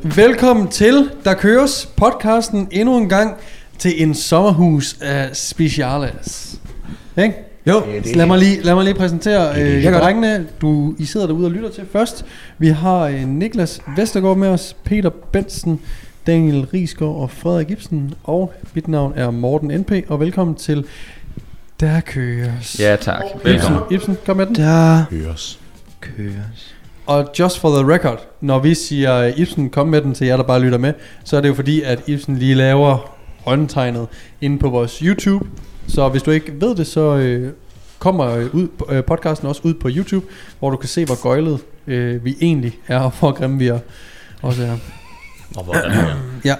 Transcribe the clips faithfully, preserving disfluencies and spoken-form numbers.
Velkommen til Der Køres podcasten endnu en gang til en sommerhus af speciales. Ikke? Jo. Så lad mig lige, lad mig lige præsentere øh, jer drengene, du I sidder derude og lytter til først. Vi har øh, Niklas Vestergaard med os, Peter Bensen, Daniel Riesgaard og Frederik Ibsen. Og mit navn er Morten N P, og velkommen til Der Køres. Ja tak, velkommen. Ibsen, Ibsen, kom med den. Der Køres. Køres. Og just for the record, når vi siger Ibsen, kom med den til jer, der bare lytter med, så er det jo fordi, at Ibsen lige laver håndtegnet inde på vores YouTube. Så hvis du ikke ved det, så øh, kommer ud, øh, podcasten også ud på YouTube, hvor du kan se, hvor gøjlet øh, vi egentlig er, og hvor grimme vi er også er. Og hvordan er ja.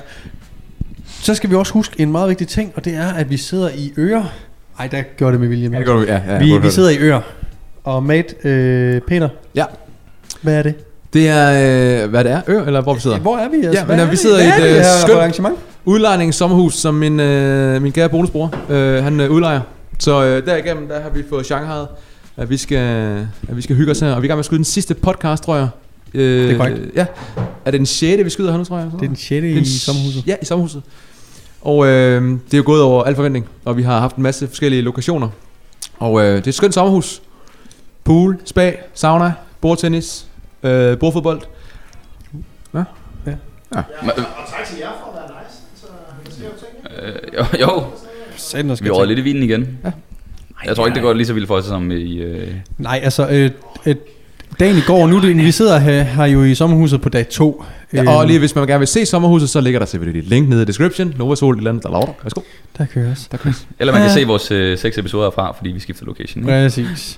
Så skal vi også huske en meget vigtig ting, og det er, at vi sidder i Øre. Ej, der gjorde det med vilje. Ja, det gør du, ja, ja, vi, vi sidder i Øre. Og mate, øh, Peter. Ja. Hvad er det? Det er, øh, hvad det er, Ør, eller hvor vi sidder? Hvor er vi? Altså? Ja, men er vi vi? sidder Hvad i et øh, skønt arrangement. udlejningssommerhus, som min, øh, min kære bonusbror, øh, han øh, udlejer. Så øh, derigennem, der har vi fået shanghajet, at vi skal, at vi skal hygge os her. Og vi er i gang med at skyde den sidste podcast, tror jeg. Øh, det er korrekt. Ja. Er det den sjette, vi skyder her nu, tror jeg? Så? Det er den sjette i sommerhuset. Ja, i sommerhuset. Og øh, det er jo gået over al forventning, og vi har haft en masse forskellige lokationer. Og øh, det er et skønt sommerhus. Pool, spa, sauna, bordtennis, øh, bordfodbold. Ja. Ja. Ja. Ja, og tak til jer for at være nice. Så det sker jo ting. Øh, jo, jo. Sådan, Vi er lidt i vinen igen. Ja. Jeg tror ikke, det går lige så vildt for os som i... Øh... Nej, altså, øh, øh, dagen i går, nu det, vi sidder her, her jo i sommerhuset på dag to. Ja, og lige hvis man gerne vil se sommerhuset, så ligger der selvfølgelig et link nede i description. Nova Sol, et eller andet, der laver. Værsgo. Der køres. Der køres. Eller man kan Ja. se vores øh, seks episoder fra, fordi vi skifter location. Ikke? Præcis.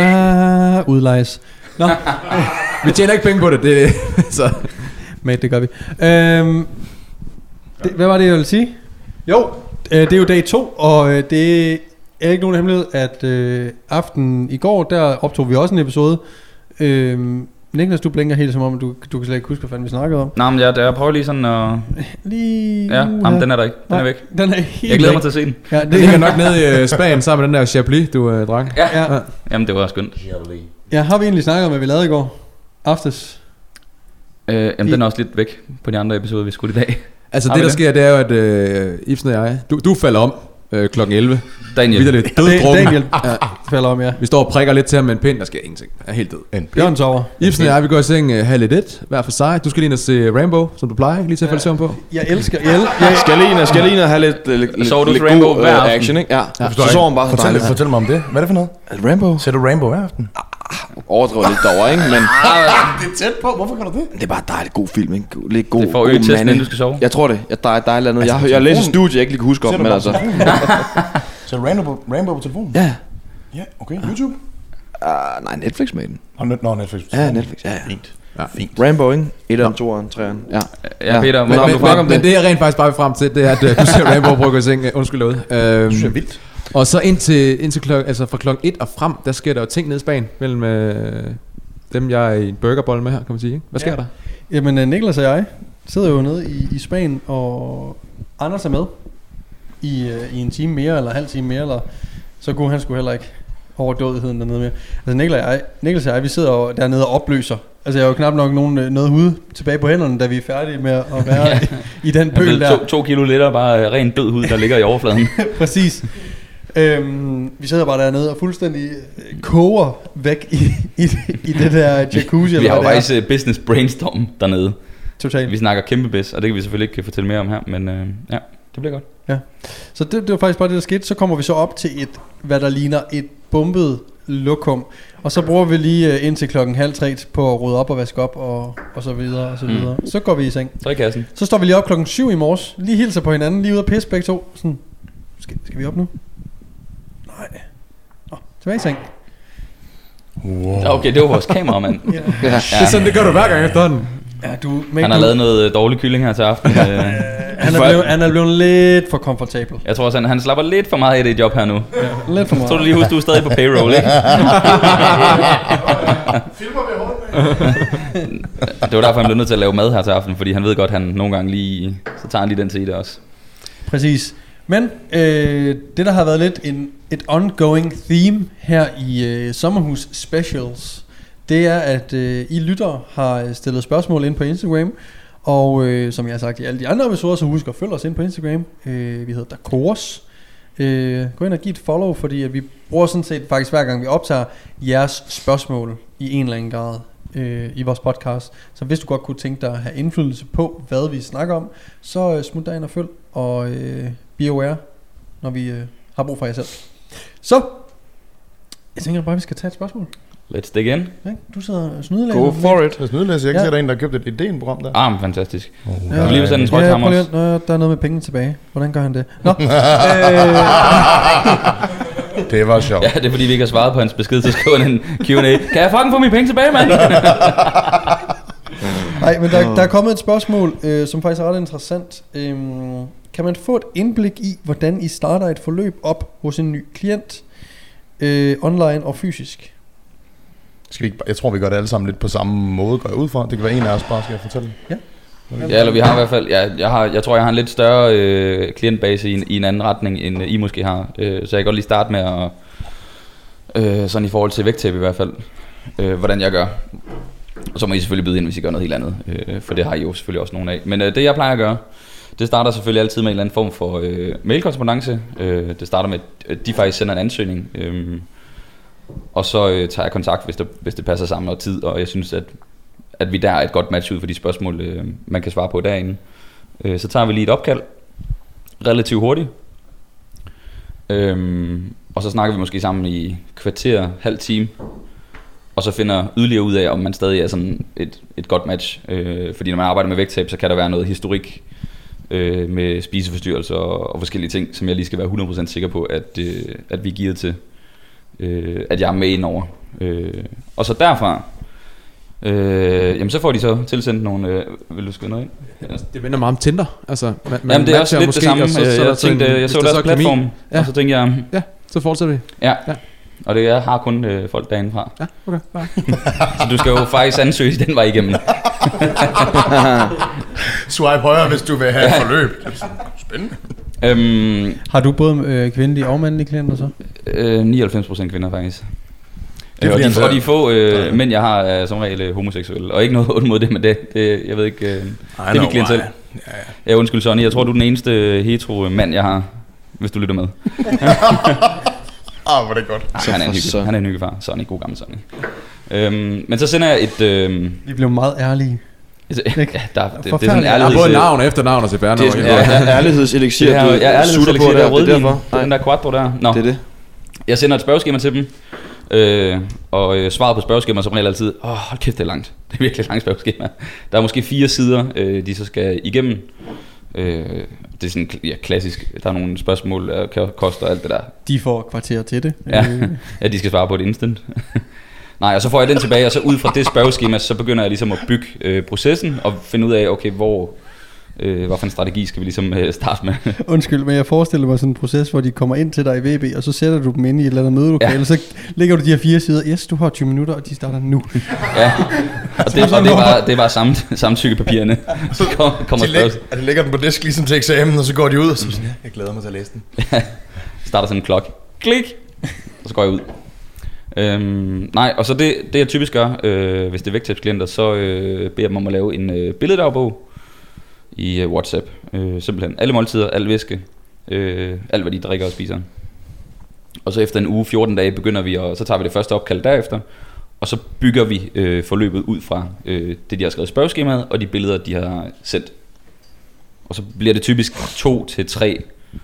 Der udlejes. Nå, Vi tjener ikke penge på det, det så. men det gør vi. Øhm, det, hvad var det, jeg ville sige? Jo, øh, det er jo dag to, og øh, det er ikke nogen hemmelighed, at øh, aften i går, der optog vi også en episode. Øh, Niklas, du blinker helt som om, du, du kan slet ikke huske, hvad fanden vi snakkede om. Nå, men jeg, jeg prøver lige sådan at... Lige Ja, nu jamen, den er der ikke. Den Nej, er væk. Den er helt Jeg glæder væk. mig til at se den. Ja, Det ligger nok nede i uh, Spanien sammen med den der Chablis, du uh, drak. Ja. Ja. Jamen, det var skønt. Ja, har vi egentlig snakket om, hvad vi lavede i går aftes? Øh, jamen, den er også lidt væk på de andre episoder, vi skulle i dag. Altså Har det vi der det? sker, det er jo, at uh, Ibsen og jeg, du, du falder om uh, klokken elleve. Daniel. Vitterligt Da- døddrukken. Daniel falder om, ja. Vi står og prikker lidt til ham med en pind, der sker ingenting. Jeg er helt død. En Bjørn sover. Ibsen og jeg, vi går i seng uh, halv et, hver for sig. Du skal lige ind og se Rainbow, som du plejer, ikke lige til at falde søvn på. Jeg elsker, jeg, el- jeg, Skal lige ind og skal lige ind og have lidt, lidt, lidt, Sover du lidt til Rainbow god hver uh, aften? action, ikke? Ja, Ja. ja. Så sover man bare så Fortæl, dejligt. fortæl mig om det. Hvad er det for noget? Er det Rainbow? Ser du Rainbow hver aften? Overdriver lidt derovre, ikke? Men Det er tæt på. Hvorfor gør du det? det er bare dejligt god film, ikke? God- Lidt god, Det får god øget testen, manding. inden du skal sove. Jeg tror det. Jeg, der, er- der er et eller andet. Altså, Jeg, på jeg, jeg læser telefonen? studie, jeg ikke lige kan huske om, Ser du men bare altså... på telefonen? Ser du Rainbow, Rainbow på telefonen? Ja. Ja, okay. YouTube? Uh, nej, Netflix med den. Nå, Net- Nå, Netflix. på Ja, telefonen. Netflix. Ja, ja. Fint. Ja. Fint. Rainbow, ikke? etteren, toeren, treeren. Ja. Ja, Peter, Men, hvornår men, du men, fuck om men det? det er rent faktisk bare frem til, det er, at uh, du ser Rainbow brugge i seng. Uh, undskyld ud. Det synes jeg er Øhm, vildt. og så indtil, indtil klok, altså fra klokken et og frem, der sker der jo ting nede i Spanien mellem øh, dem, jeg er i en burgerbolle med her, kan man sige. Ikke? Hvad sker Ja. der? Jamen, øh, Niklas og jeg sidder jo nede i, i Spanien, og Anders er med i, øh, i en time mere, eller en halv time mere, eller så kunne han sgu heller ikke over dødigheden dernede mere. Altså Niklas og jeg, Niklas og jeg, vi sidder jo dernede og opløser. Altså jeg har jo knap nok nogen, øh, noget hud tilbage på hænderne, da vi er færdige med at være Ja. i, i den Jeg er pøl blevet der. to, to kilo lettere, bare øh, ren død hud, der ligger i overfladen. Præcis. Øhm, vi sidder bare dernede og fuldstændig øh, koger væk i, i, i det der jacuzzi. Vi eller har jo hvad det er. faktisk øh, business brainstorm dernede. Totalt. Vi snakker kæmpe bedst, og det kan vi selvfølgelig ikke fortælle mere om her, men øh, ja, det bliver godt. Så det, det var faktisk bare det, der skete. Så kommer vi så op til et, hvad der ligner et bumpet lokum. Og så bruger vi lige uh, indtil klokken halv tre på at rydde op og vaske op og, og så videre og så videre. Mm. Så går vi i seng. Så i kassen. Så står vi lige op klokken syv i morges. Lige hilser på hinanden, lige ude at pisse begge to. Sådan, skal, skal vi op nu? Nej. Nå, tilbage i seng. Wow. Ja, okay, det var vores kameramand. Ja. Ja. Det er sådan, det gør du hver gang efterhånden. Ja, du, men Han har du, lavet noget øh, dårlig kylling her til aften. øh. han, er blevet, han er blevet lidt for komfortabel. Jeg tror også, han, han slapper lidt for meget af det job her nu. Ja, lidt for Så du meget. lige huske, du er stadig på payroll, ikke? Filmer vi hårdt med. Det var derfor, han blev nødt til at lave mad her til aften, fordi han ved godt, han nogle gange lige... Så tager han lige den til i det også. Præcis. Men øh, det der har været lidt en, et ongoing theme her i øh, Sommerhus Specials, det er at øh, I lyttere har stillet spørgsmål ind på Instagram, Og øh, som jeg har sagt i alle de andre episoder, så husk at følge os ind på Instagram. øh, Vi hedder Dakors. øh, Gå ind og giv et follow, fordi at vi bruger sådan set faktisk hver gang vi optager jeres spørgsmål i en eller anden grad øh, i vores podcast. Så hvis du godt kunne tænke dig at have indflydelse på hvad vi snakker om, så øh, smut dig ind og følg. Og øh, be aware, når vi øh, har brug for jer selv. Så jeg tænker bare, vi skal tage et spørgsmål. Let's dig in. Du sidder og snydelæser. Go for it. Det er snydelæser. Jeg kan Ja. se, der er en, der har købt et idéen-program der. Ah, men fantastisk. Oh, Kan du lige vil sende en Ja, sprøjt ham prøv lige også? at- Nå, der er noget med penge tilbage. Hvordan gør han det? Nå, øh, Det var sjovt. Ja, det er fordi, vi ikke har svaret på hans besked, så skriver han en Q and A. Kan jeg fucking få mine penge tilbage, mand? nej, men der, der er kommet et spørgsmål, øh, som faktisk er ret interessant. Øhm, kan man få et indblik i, hvordan I starter et forløb op hos en ny klient, øh, online og fysisk? Skal vi ikke, jeg tror, vi gør det alle sammen lidt på samme måde, går jeg ud fra. Det kan være en af os bare, skal jeg fortælle. Ja. Ja, eller vi har i hvert fald, ja, jeg, har, jeg tror, jeg har en lidt større øh, klientbase i en, i en anden retning, end øh, I måske har. Øh, så jeg kan godt lige starte med at, øh, sådan i forhold til vægttab i hvert fald, øh, hvordan jeg gør. Og så må I selvfølgelig byde ind, hvis I gør noget helt andet, øh, for det har I jo selvfølgelig også nogen af. Men øh, det jeg plejer at gøre, det starter selvfølgelig altid med en eller anden form for øh, mailkorrespondance. Øh, det starter med, at de faktisk sender en ansøgning, øh, og så øh, tager jeg kontakt, hvis, der, hvis det passer sammen og tid, og jeg synes, at at vi der er et godt match ud for de spørgsmål, øh, man kan svare på derinde. Øh, så tager vi lige et opkald, relativt hurtigt, øhm, og så snakker vi måske sammen i kvarter, halv time, og så finder yderligere ud af, om man stadig er sådan et, et godt match. Øh, fordi når man arbejder med vægttab, så kan der være noget historik øh, med spiseforstyrrelser og, og forskellige ting, som jeg lige skal være hundrede procent sikker på, at, øh, at vi er gearet til, øh, at jeg er med indover. Øh, og så derfra, Øh, jamen så får de så tilsendt nogle øh, vil du skrive noget ind? Ja. Det minder meget om Tinder. Altså, man, man Jamen det er også lidt måske, det samme. og så, jeg, så, jeg, tænkte, en, jeg så hvis deres er kemi, platform, ja. og så tænkte jeg, Ja, så fortsætter vi. ja, Ja. og det jeg har kun øh, folk derinde fra. Ja, okay. Ja. Så du skal jo faktisk ansøge den vej igennem. Swipe højre, hvis du vil have et forløb. Spændende. øhm, Har du både øh, kvindelige og mandlige klienter så? øh, nioghalvfems procent kvinder faktisk. Det er Øh, og, fordi, de, han og de få Ja. øh, mænd jeg har er som regel øh, homoseksuelle. Og ikke noget ondt mod det, men det, det jeg ved ikke, øh, det er know mit klientel. why. Ja, ja. Ja, undskyld Sonny, jeg tror du er den eneste hetero mand jeg har, hvis du lytter med. Ah, hvor er det godt. Ej, Så han er en for hyggelig, så. han er en hyggelig far. Sonny, god gammel Sonny. Øhm, men så sender jeg et... Øh, Vi blev meget ærlige. ja, der, det, det er sådan en Forfærdeligt. Der er ærlighed. både navn, efternavn og C P R. Det er- Ja, ja, ærlighedselixir, Det her, du jeg er sutter på ærlig der, der det er rødvin, derfor. Nej, den der quattro der. Nå, det er det. jeg sender et spørgeskema til dem, øh, og øh, svaret på spørgeskemaet som regel altid, åh, hold kæft, det er langt. Det er virkelig et langt spørgeskema. Der er måske fire sider, øh, de så skal igennem. Øh, det er sådan ja, klassisk. Der er nogle spørgsmål, der kan koste og alt det der. De får et kvarter til det. Ja, Øh, ja de skal svare på et instant. Nej, og så får jeg den tilbage, og så ud fra det spørgeskema, så begynder jeg ligesom at bygge øh, processen, og finde ud af, okay, hvor, øh, hvad for en strategi skal vi ligesom øh, starte med. Undskyld, men jeg forestiller mig sådan en proces, hvor de kommer ind til dig i V B, og så sætter du dem ind i et eller andet mødelokale, Ja. og så lægger du de her fire sider. Yes, du har tyve minutter, og de starter nu. Ja, og det, og det var, det var samme, samtykkepapirerne. Så kom, kommer De, læg, spørgsmål. og de lægger den på disk ligesom til eksamen, og så går de ud, og så sådan, ja, jeg glæder mig til at læse den. Starter sådan en klok. Klik! Og så går jeg ud. Øhm, nej, og så det, det jeg typisk gør, øh, hvis det er vægttabsklienter, så øh, beder jeg dem om at lave en øh, billeddagbog i øh, WhatsApp. Øh, simpelthen alle måltider, al væske, øh, alt hvad de drikker og spiser. Og så efter en uge, fjorten dage, begynder vi, og så tager vi det første opkald derefter. Og så bygger vi øh, forløbet ud fra øh, det, de har skrevet i spørgeskemaet, og de billeder, de har sendt. Og så bliver det typisk to til tre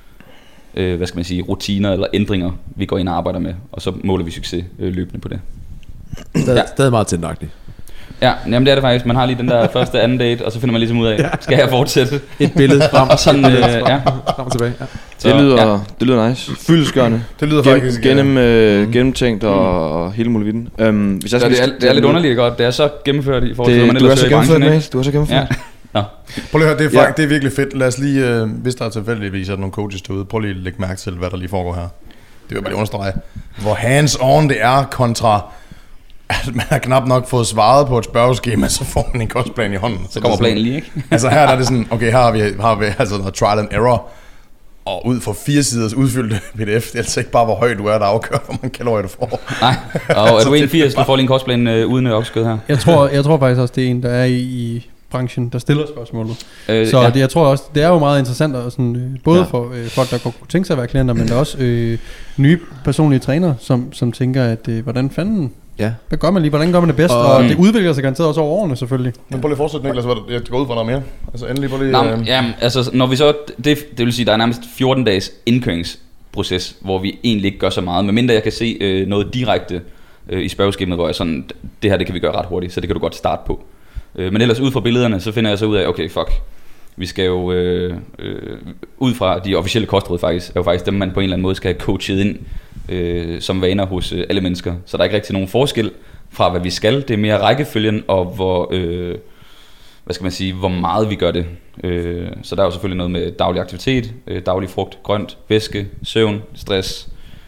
øh, hvad skal man sige, rutiner eller ændringer, vi går ind og arbejder med, og så måler vi succes øh, løbende på det. Stadig, Ja. stadig meget Tinder-agtigt. Ja, jamen det er det faktisk. Man har lige den der første anden date, og så finder man ligesom ud af, skal jeg fortsætte? Et billede frem Og sådan, øh, ja. frem og tilbage. Ja. Så, Det lyder, ja. det lyder nice. Fyldestgørende. Det lyder Gen, faktisk... gennem, øh, gennemtænkt og, og hele muligheden. Um, hvis jeg Så skal det, er, det er lidt underligt godt. Det er så gennemført i forhold til, Det, hvad man du er ellers så hører i gennemført, branchen, Mads. Du er så gennemført. Ja. Nå. Prøv lige at høre, det er, Ja. faktisk, det er virkelig fedt. Lad os lige, øh, hvis der er tilfældigvis er nogle coaches derude, prøv lige at lægge mærke til, hvad der lige foregår her. Det vil jeg bare lige understrege. Hvor hands-on det er kontra, at man har knap nok fået svaret på et spørgeskema, så får man en kostplan i hånden. Så kommer planen lige, ikke? Altså her der er det sådan, okay, her har vi, har vi altså noget trial and error, og ud fra fire siders udfyldte P D F, det er altså ikke bare, hvor høj du er, der afgør, hvor mange kalorier du får. Nej, og er du enogfirs, du får lige en kostplan øh, uden øh, opskød her. Jeg tror, jeg tror faktisk også, det er en, der er i, i branchen, der stiller spørgsmålet. Øh, Så ja. det, jeg tror også, det er jo meget interessant, og sådan, øh, både Ja. for øh, folk, der godt kunne tænke sig at være klienter, men der er også øh, nye personlige trænere, som, som tænker, at øh, hvordan fanden, Ja. hvad gør man lige, hvordan gør man det bedst, og, Og- og det udvikler sig garanteret også over årene selvfølgelig. Men prøv lige at fortsætte, Niklas, hvad der- jeg går ud fra noget mere. Altså endelig, prøv lige... Nå, øh, jamen, altså, når vi så, det, det vil sige, der er nærmest fjorten dages indkøringsproces, hvor vi egentlig ikke gør så meget, medmindre jeg kan se øh, noget direkte øh, i spørgeskemaet, hvor jeg sådan, det her, det kan vi gøre ret hurtigt, så det kan du godt starte på. Øh, men ellers ud fra billederne, så finder jeg så ud af, okay, fuck, vi skal jo, øh, øh, ud fra de officielle kostråd faktisk, er jo faktisk dem, man på en eller anden måde skal have coachet ind øh, som vaner hos øh, alle mennesker. Så der er ikke rigtig nogen forskel fra, hvad vi skal. Det er mere rækkefølgen, og hvor... Øh, hvad skal man sige, hvor meget vi gør det. Øh, så der er jo selvfølgelig noget med daglig aktivitet, øh, daglig frugt, grønt, væske, søvn, stress,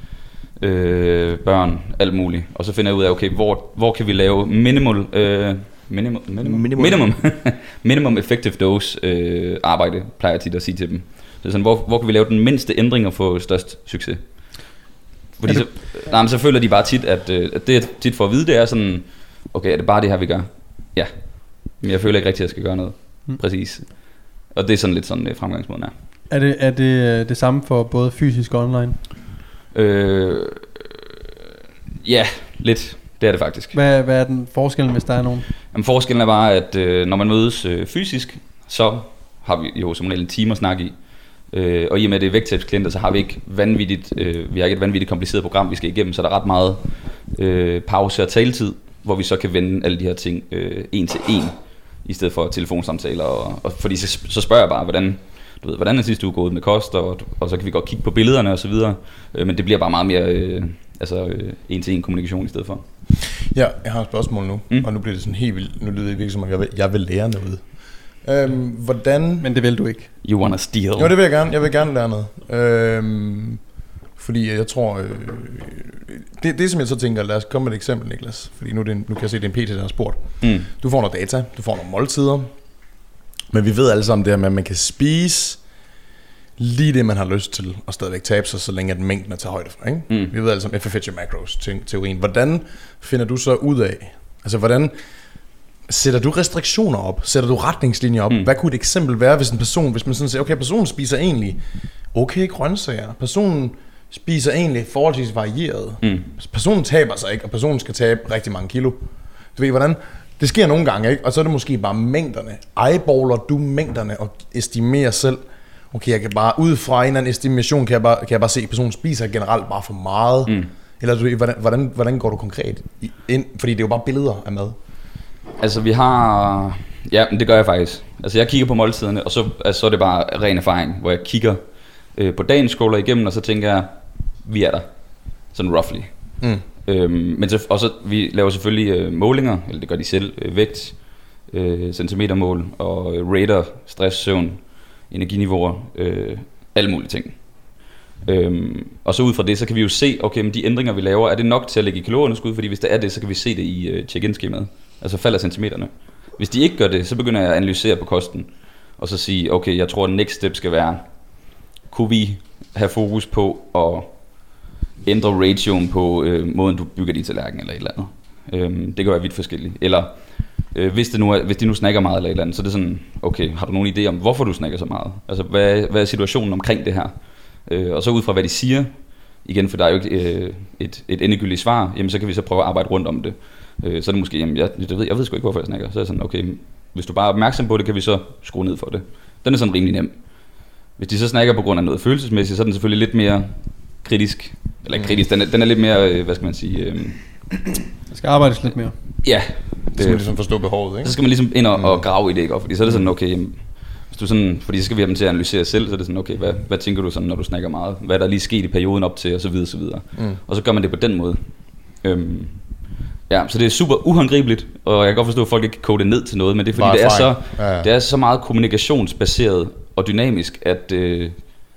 øh, børn, alt muligt. Og så finder jeg ud af, okay, hvor, hvor kan vi lave minimal, øh, minimum, minimum, Minimum. minimum, minimum effective dose øh, arbejde, plejer jeg tit at sige til dem. Så sådan, hvor, hvor kan vi lave den mindste ændring og få størst succes? Fordi så, nej, men så føler de bare tit, at, øh, at det jeg tit får at vide, det er sådan, okay, er det bare det her, vi gør? Ja. Men jeg føler ikke rigtigt, at jeg skal gøre noget. Mm. Præcis. Og det er sådan lidt sådan, fremgangsmåden er. Er det, er det øh, det samme for både fysisk og online? Øh, ja, lidt. Det er det faktisk. Hvad, hvad er den forskellen, hvis der er nogen? Jamen, forskellen er bare, at øh, når man mødes øh, fysisk, så har vi jo som regel en time at snakke i. Øh, og i og med det er vægttabsklienter, så har vi ikke vanvittigt, øh, vi har ikke et vanvittigt kompliceret program, vi skal igennem, så der er ret meget øh, pause og taletid, hvor vi så kan vende alle de her ting øh, en til en, i stedet for telefonsamtaler. Og, og fordi så, så spørger jeg bare, hvordan, du ved, hvordan er sidste uge gået med kost, og, og så kan vi godt kigge på billederne og så videre. Øh, men det bliver bare meget mere øh, altså, øh, en til en kommunikation i stedet for. Ja, jeg har et spørgsmål nu, Mm. mm. og nu bliver det sådan helt vildt. Nu lyder det virkelig som, at jeg vil, jeg vil lære noget. Øhm, hvordan... Men det vil du ikke. You wanna steal. Jo, det vil jeg gerne. Jeg vil gerne lære noget. Øhm, fordi jeg tror... Øh, det, det som jeg så tænker, lad os komme med et eksempel, Niklas. Fordi nu, er det en, nu kan jeg se, det er en P T, der har spurgt. Mm. Du får noget data, du får nogle måltider. Men vi ved alle sammen det her med, at man kan spise lige det, man har lyst til, og stadigvæk tabe sig, så længe at mængden er til højde for. Ikke? Mm. Vi ved alle sammen F F H macros-teorien. Hvordan finder du så ud af... Altså, hvordan... Sætter du restriktioner op? Sætter du retningslinjer op? Mm. Mm. Hvad kunne et eksempel være, hvis en person, hvis man sådan siger, okay, personen spiser egentlig okay grøntsager. Personen spiser egentlig forholdsvis varieret. Mm. Personen taber sig ikke, og personen skal tabe rigtig mange kilo. Du ved, hvordan... Det sker nogle gange, ikke? Og så er det måske bare mængderne. Eyeballer du mængderne og estimerer selv. Okay, jeg kan bare ud fra en eller anden estimation, kan jeg bare, kan jeg bare se, at personen spiser generelt bare for meget. Mm. Eller du, hvordan, hvordan, hvordan går du konkret ind? Fordi det er jo bare billeder af mad. Altså vi har... Ja, men det gør jeg faktisk. Altså jeg kigger på måltiderne, og så, altså, så er det bare ren erfaring, hvor jeg kigger øh, på dagens skåler igennem, og så tænker jeg, vi er der. Sådan roughly. Mm. Øhm, men så, og så vi laver selvfølgelig øh, målinger, eller det gør de selv, øh, vægt, øh, centimetermål, og øh, rater, stress, søvn, energiniveauer, øh, alle mulige ting. Øhm, og så ud fra det, så kan vi jo se, okay, men de ændringer vi laver, er det nok til at lægge i kalorieunderskud? Fordi hvis det er det, så kan vi se det i øh, check-in-skemaet. Altså falder centimeterne. Hvis de ikke gør det, så begynder jeg at analysere på kosten, og så sige, okay, jeg tror, at next step skal være, kunne vi have fokus på at ændre ratioen på øh, måden, du bygger din tallerken eller et eller andet. Øhm, det kan være vidt forskelligt. Eller øh, hvis, det nu er, hvis de nu snakker meget eller et eller andet, så er det sådan, okay, har du nogen idé om, hvorfor du snakker så meget? Altså, hvad, hvad er situationen omkring det her? Øh, og så ud fra, hvad de siger, igen, for der er jo ikke øh, et, et endegyldigt svar, jamen så kan vi så prøve at arbejde rundt om det. Øh, så er det måske, jamen jeg, jeg, ved, jeg ved sgu ikke, hvorfor jeg snakker. Så er det sådan, okay, hvis du bare er opmærksom på det, kan vi så skrue ned for det. Den er sådan rimelig nem. Hvis de så snakker på grund af noget følelsesmæssigt, så er den selvfølgelig lidt mere kritisk. Eller ikke kritisk, den er, den er lidt mere, øh, hvad skal man sige... Øh, Der skal arbejdes lidt mere. ja. Så skal man ligesom forstå behovet, ikke? Så skal man ligesom ind og, og grave i det, ikke? Fordi så er det sådan, okay, jamen, hvis du sådan, fordi så skal vi have dem til at analysere selv, så er det sådan, okay, hvad, hvad tænker du sådan, når du snakker meget? Hvad er der lige sket i perioden op til, og så videre, så videre. Mm. Og så gør man det på den måde. Øhm, ja, så det er super uhåndgribeligt, og jeg kan godt forstå, at folk ikke kan kode det ned til noget, men det er fordi, Bare det er, så, erfaring. Ja, ja. det er så meget kommunikationsbaseret og dynamisk, at øh,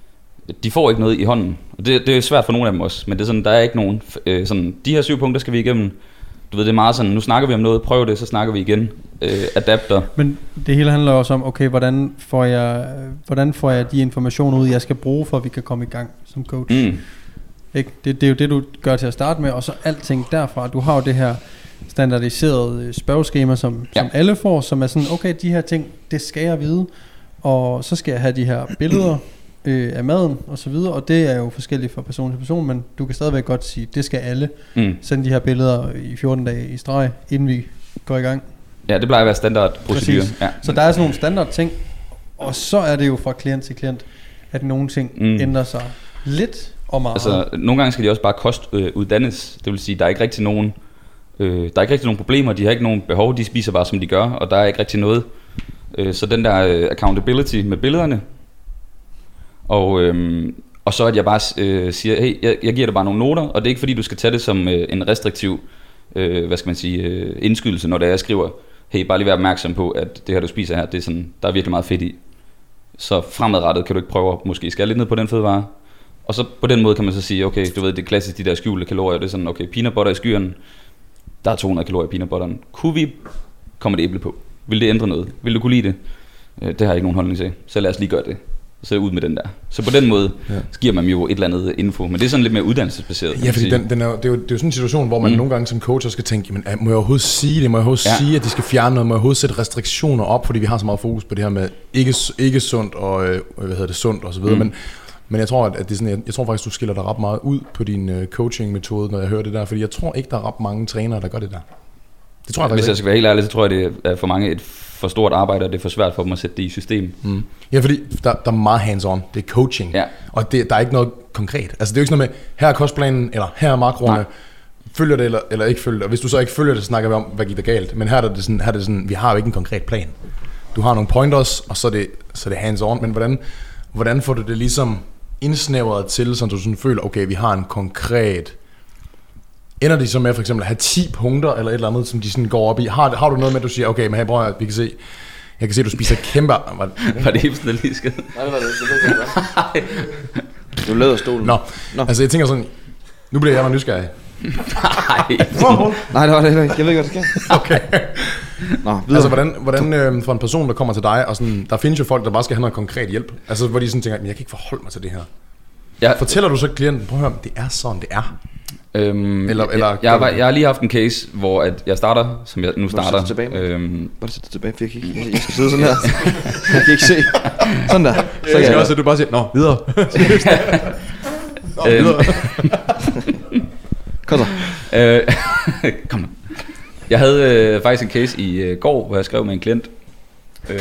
de får ikke noget i hånden. Og det, det er svært for nogle af dem også, men det er sådan, der er ikke nogen, øh, sådan, de her syv punkter skal vi igennem. Du ved, det er meget sådan, nu snakker vi om noget, prøv det, så snakker vi igen. Øh, adapter. Men det hele handler også om, okay, hvordan får jeg, hvordan får jeg de informationer ud, jeg skal bruge, for at vi kan komme i gang som coach. Mm. Ikke? Det, det er jo det, du gør til at starte med, og så alting derfra. Du har jo det her standardiseret spørgeskema, som, ja. som alle får, som er sådan, okay, de her ting, det skal jeg vide, og så skal jeg have de her billeder øh, af maden, og så videre, og det er jo forskelligt fra person til person, men du kan stadigvæk godt sige, det skal alle. Mm. Sende de her billeder i fjorten dage i streg, inden vi går i gang. Ja, det plejer at være standardprocedur. Ja. Så der er sådan nogle standard ting, og så er det jo fra klient til klient, at nogle ting mm. ændrer sig lidt og meget. Altså, nogle gange skal de også bare kostuddannes. Det vil sige, der er ikke rigtig nogen, øh, der er ikke rigtig nogen problemer, de har ikke nogen behov, de spiser bare som de gør, og der er ikke rigtig noget. Øh, så den der øh, accountability med billederne, og, øh, og så at jeg bare øh, siger, hey, jeg, jeg giver dig bare nogle noter, og det er ikke fordi, du skal tage det som øh, en restriktiv, øh, hvad skal man sige, øh, indskydelse, når det er, jeg skriver, hey, bare lige være opmærksom på, at det her, du spiser her, det er sådan, der er virkelig meget fedt i. Så fremadrettet kan du ikke prøve at måske skære lidt ned på den fødevare. Og så på den måde kan man så sige, okay, du ved, det er klassisk, de der skjulte kalorier, det er sådan, okay, peanut butter i skyerne, der er to hundrede kalorier i peanut butteren. Kunne vi komme et æble på? Vil det ændre noget? Vil du kunne lide det? Det har jeg ikke nogen holdning til, så lad os lige gøre det. Så ud med den der. Så på den måde ja. giver man jo et eller andet info, men det er sådan lidt mere uddannelsesbaseret. Ja, fordi den, den er, det, er jo, det er jo sådan en situation, hvor man mm. nogle gange som coach skal tænke, jamen, må jeg overhovedet sige det? Må jeg overhovedet ja. sige, at de skal fjerne noget? Må jeg overhovedet sætte restriktioner op, fordi vi har så meget fokus på det her med ikke, ikke sundt og hvad hedder det, sundt og så videre. Mm. Men, men jeg tror, at det er sådan, jeg, jeg tror faktisk, du skiller dig ret meget ud på din uh, coaching-metode, når jeg hører det der, fordi jeg tror ikke, der er ret mange trænere, der gør det der. Det tror jeg, Hvis jeg skal være helt ærlig, så tror jeg, det er for mange et for stort arbejde, og det er for svært for dem at sætte det i system. Mm. Ja, fordi der, der er meget hands-on. Det er coaching. Ja. Og det, der er ikke noget konkret. Altså det er jo ikke sådan noget med, her er kostplanen, eller her er makroerne. Følger det eller, eller ikke følger det. Og hvis du så ikke følger det, så snakker vi om, hvad gik der galt. Men her er det sådan, her er det sådan vi har jo ikke en konkret plan. Du har nogle pointers, og så er det, så er det hands-on. Men hvordan, hvordan får du det ligesom indsnævret til, så du sådan føler, okay, vi har en konkret... Ender de så med for eksempel at have ti punkter eller et eller andet, som de sådan går op i? Har, har du noget med, at du siger, okay, men hey, bror, vi kan se, jeg kan se, at du spiser kæmpe... Var, var det Ibsen, der lige skede? Nej, det var det. Det var det. Du lader stolen. Nå. Nå, altså jeg tænker sådan, nu bliver jeg meget nysgerrig. Nej. Nej, det var det heller ikke. Jeg ved ikke, hvad det skal. Okay. Nå, videre. Altså, hvordan, hvordan øh, for en person, der kommer til dig, og sådan, der findes jo folk, der bare skal have noget konkret hjælp. Altså, hvor de sådan tænker, jeg kan ikke forholde mig til det her. Ja. Fortæller du så klienten, prøv at høre, det er sådan, det er. Øhm, eller, eller, jeg, jeg, var, jeg har lige haft en case, hvor at jeg starter, som jeg nu starter. Hvor du øhm, Hvor du sætter tilbage, for jeg kan ikke, jeg skal sidde sådan her. Jeg kan ikke se. Sådan der. Så jeg skal også, at du bare siger, nå, videre. Nå, videre. Kom så. Øh, kom nu. Jeg havde øh, faktisk en case i øh, går, hvor jeg skrev med en klient. Øhm,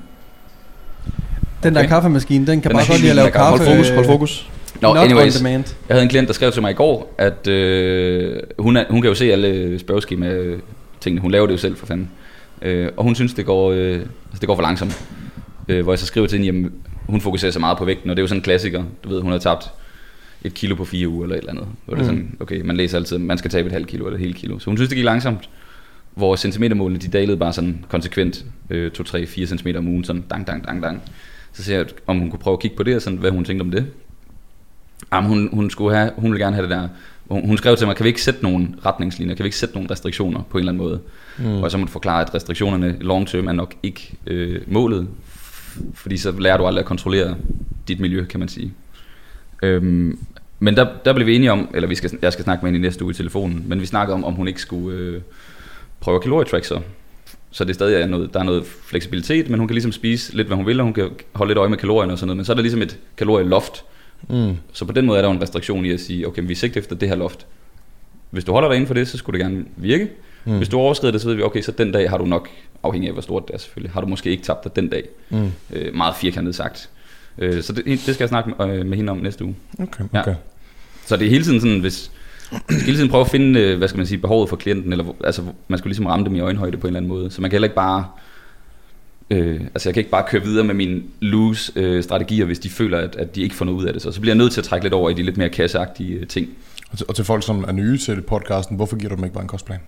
den der okay. kaffemaskine, den kan den bare godt lide at lave kaffe. Hold fokus, hold fokus. Nå, no, anyways, jeg havde en klient, der skrev til mig i går, at øh, hun, er, hun kan jo se alle spørgeskema-tingene. Hun laver det jo selv, for fanden. Øh, og hun synes, det går, øh, altså, det går for langsomt. Øh, hvor jeg så skriver til hende, jamen, hun fokuserer så meget på vægten, og det er jo sådan en klassiker. Du ved, hun har tabt et kilo på fire uger eller et eller andet. Hvor det er sådan, okay, man læser altid, man skal tabe et halvt kilo eller et helt kilo. Så hun synes, det gik langsomt. Hvor centimetermålene, de dalede bare sådan konsekvent øh, to, tre, fire centimeter om ugen, sådan dang, dang, dang, dang. Så siger jeg, om hun kunne prøve at kigge på det, og sådan, hvad hun tænkte om det. Jamen, hun, hun, skulle have, hun ville gerne have det der. Hun, hun skrev til mig, kan vi ikke sætte nogle retningslinjer, kan vi ikke sætte nogle restriktioner på en eller anden måde? Mm. Og så må du forklare, at restriktionerne long term er nok ikke øh, målet, fordi så lærer du aldrig at kontrollere dit miljø, kan man sige. Øhm, men der, der blev vi enige om, eller vi skal, jeg skal snakke med hende i næste uge i telefonen, men vi snakkede om, om hun ikke skulle øh, prøve at kalorietrack så. Så det er stadig er noget, der er noget fleksibilitet, men hun kan ligesom spise lidt, hvad hun vil, og hun kan holde lidt øje med kalorierne og sådan noget, men så er der ligesom et kalorieloft. Mm. Så på den måde er der jo en restriktion i at sige, okay, vi sigter efter det her loft. Hvis du holder dig inden for det, så skulle det gerne virke. Mm. Hvis du overskrider det, så ved vi, okay, så den dag har du nok, afhængig af hvor stort det er selvfølgelig, har du måske ikke tabt dig den dag. Mm. Øh, meget firkantet sagt. Øh, så det, det skal jeg snakke med, øh, med hende om næste uge. Okay, okay. Ja. Så det er hele tiden sådan, hvis man skal hele tiden prøve at finde, øh, hvad skal man sige, behovet for klienten, eller altså man skal ligesom ramme dem i øjenhøjde på en eller anden måde. Så man kan heller ikke bare Øh, altså jeg kan ikke bare køre videre med mine loose øh, strategier, hvis de føler, at, at de ikke får noget ud af det. Så, så bliver jeg nødt til at trække lidt over i de lidt mere kasseagtige øh, ting. Og til, og til folk, som er nye til podcasten, hvorfor giver du dem ikke bare en kostplan?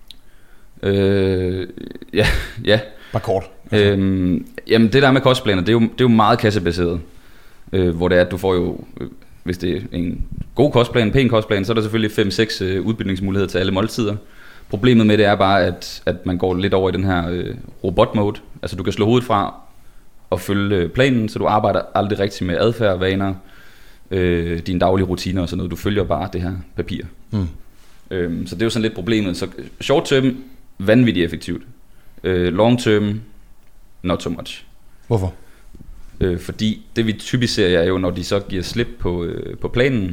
Øh, ja, ja. Bare kort. Altså. Øhm, jamen det der med kostplaner, det er jo, det er jo meget kassebaseret. Øh, hvor det er, at du får jo, øh, hvis det er en god kostplan, en pæn kostplan, så er der selvfølgelig fem seks øh, udbytningsmuligheder til alle måltider. Problemet med det er bare, at, at man går lidt over i den her øh, robot-mode. Altså du kan slå hovedet fra og følge øh, planen, så du arbejder aldrig rigtig med adfærd, vaner, øh, dine daglige rutiner og sådan noget. Du følger bare det her papir. Mm. Øhm, så det er jo sådan lidt problemet. Så short term, vanvittigt effektivt. Øh, long term, not so much. Hvorfor? Øh, fordi det vi typisk ser er jo, når de så giver slip på, øh, på planen,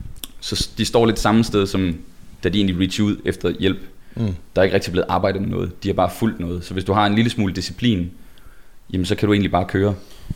så de står lidt samme sted, som da de egentlig reach ud efter hjælp. Mm. Der er ikke rigtig blevet arbejdet med noget. De har bare fulgt noget. Så hvis du har en lille smule disciplin, jamen så kan du egentlig bare køre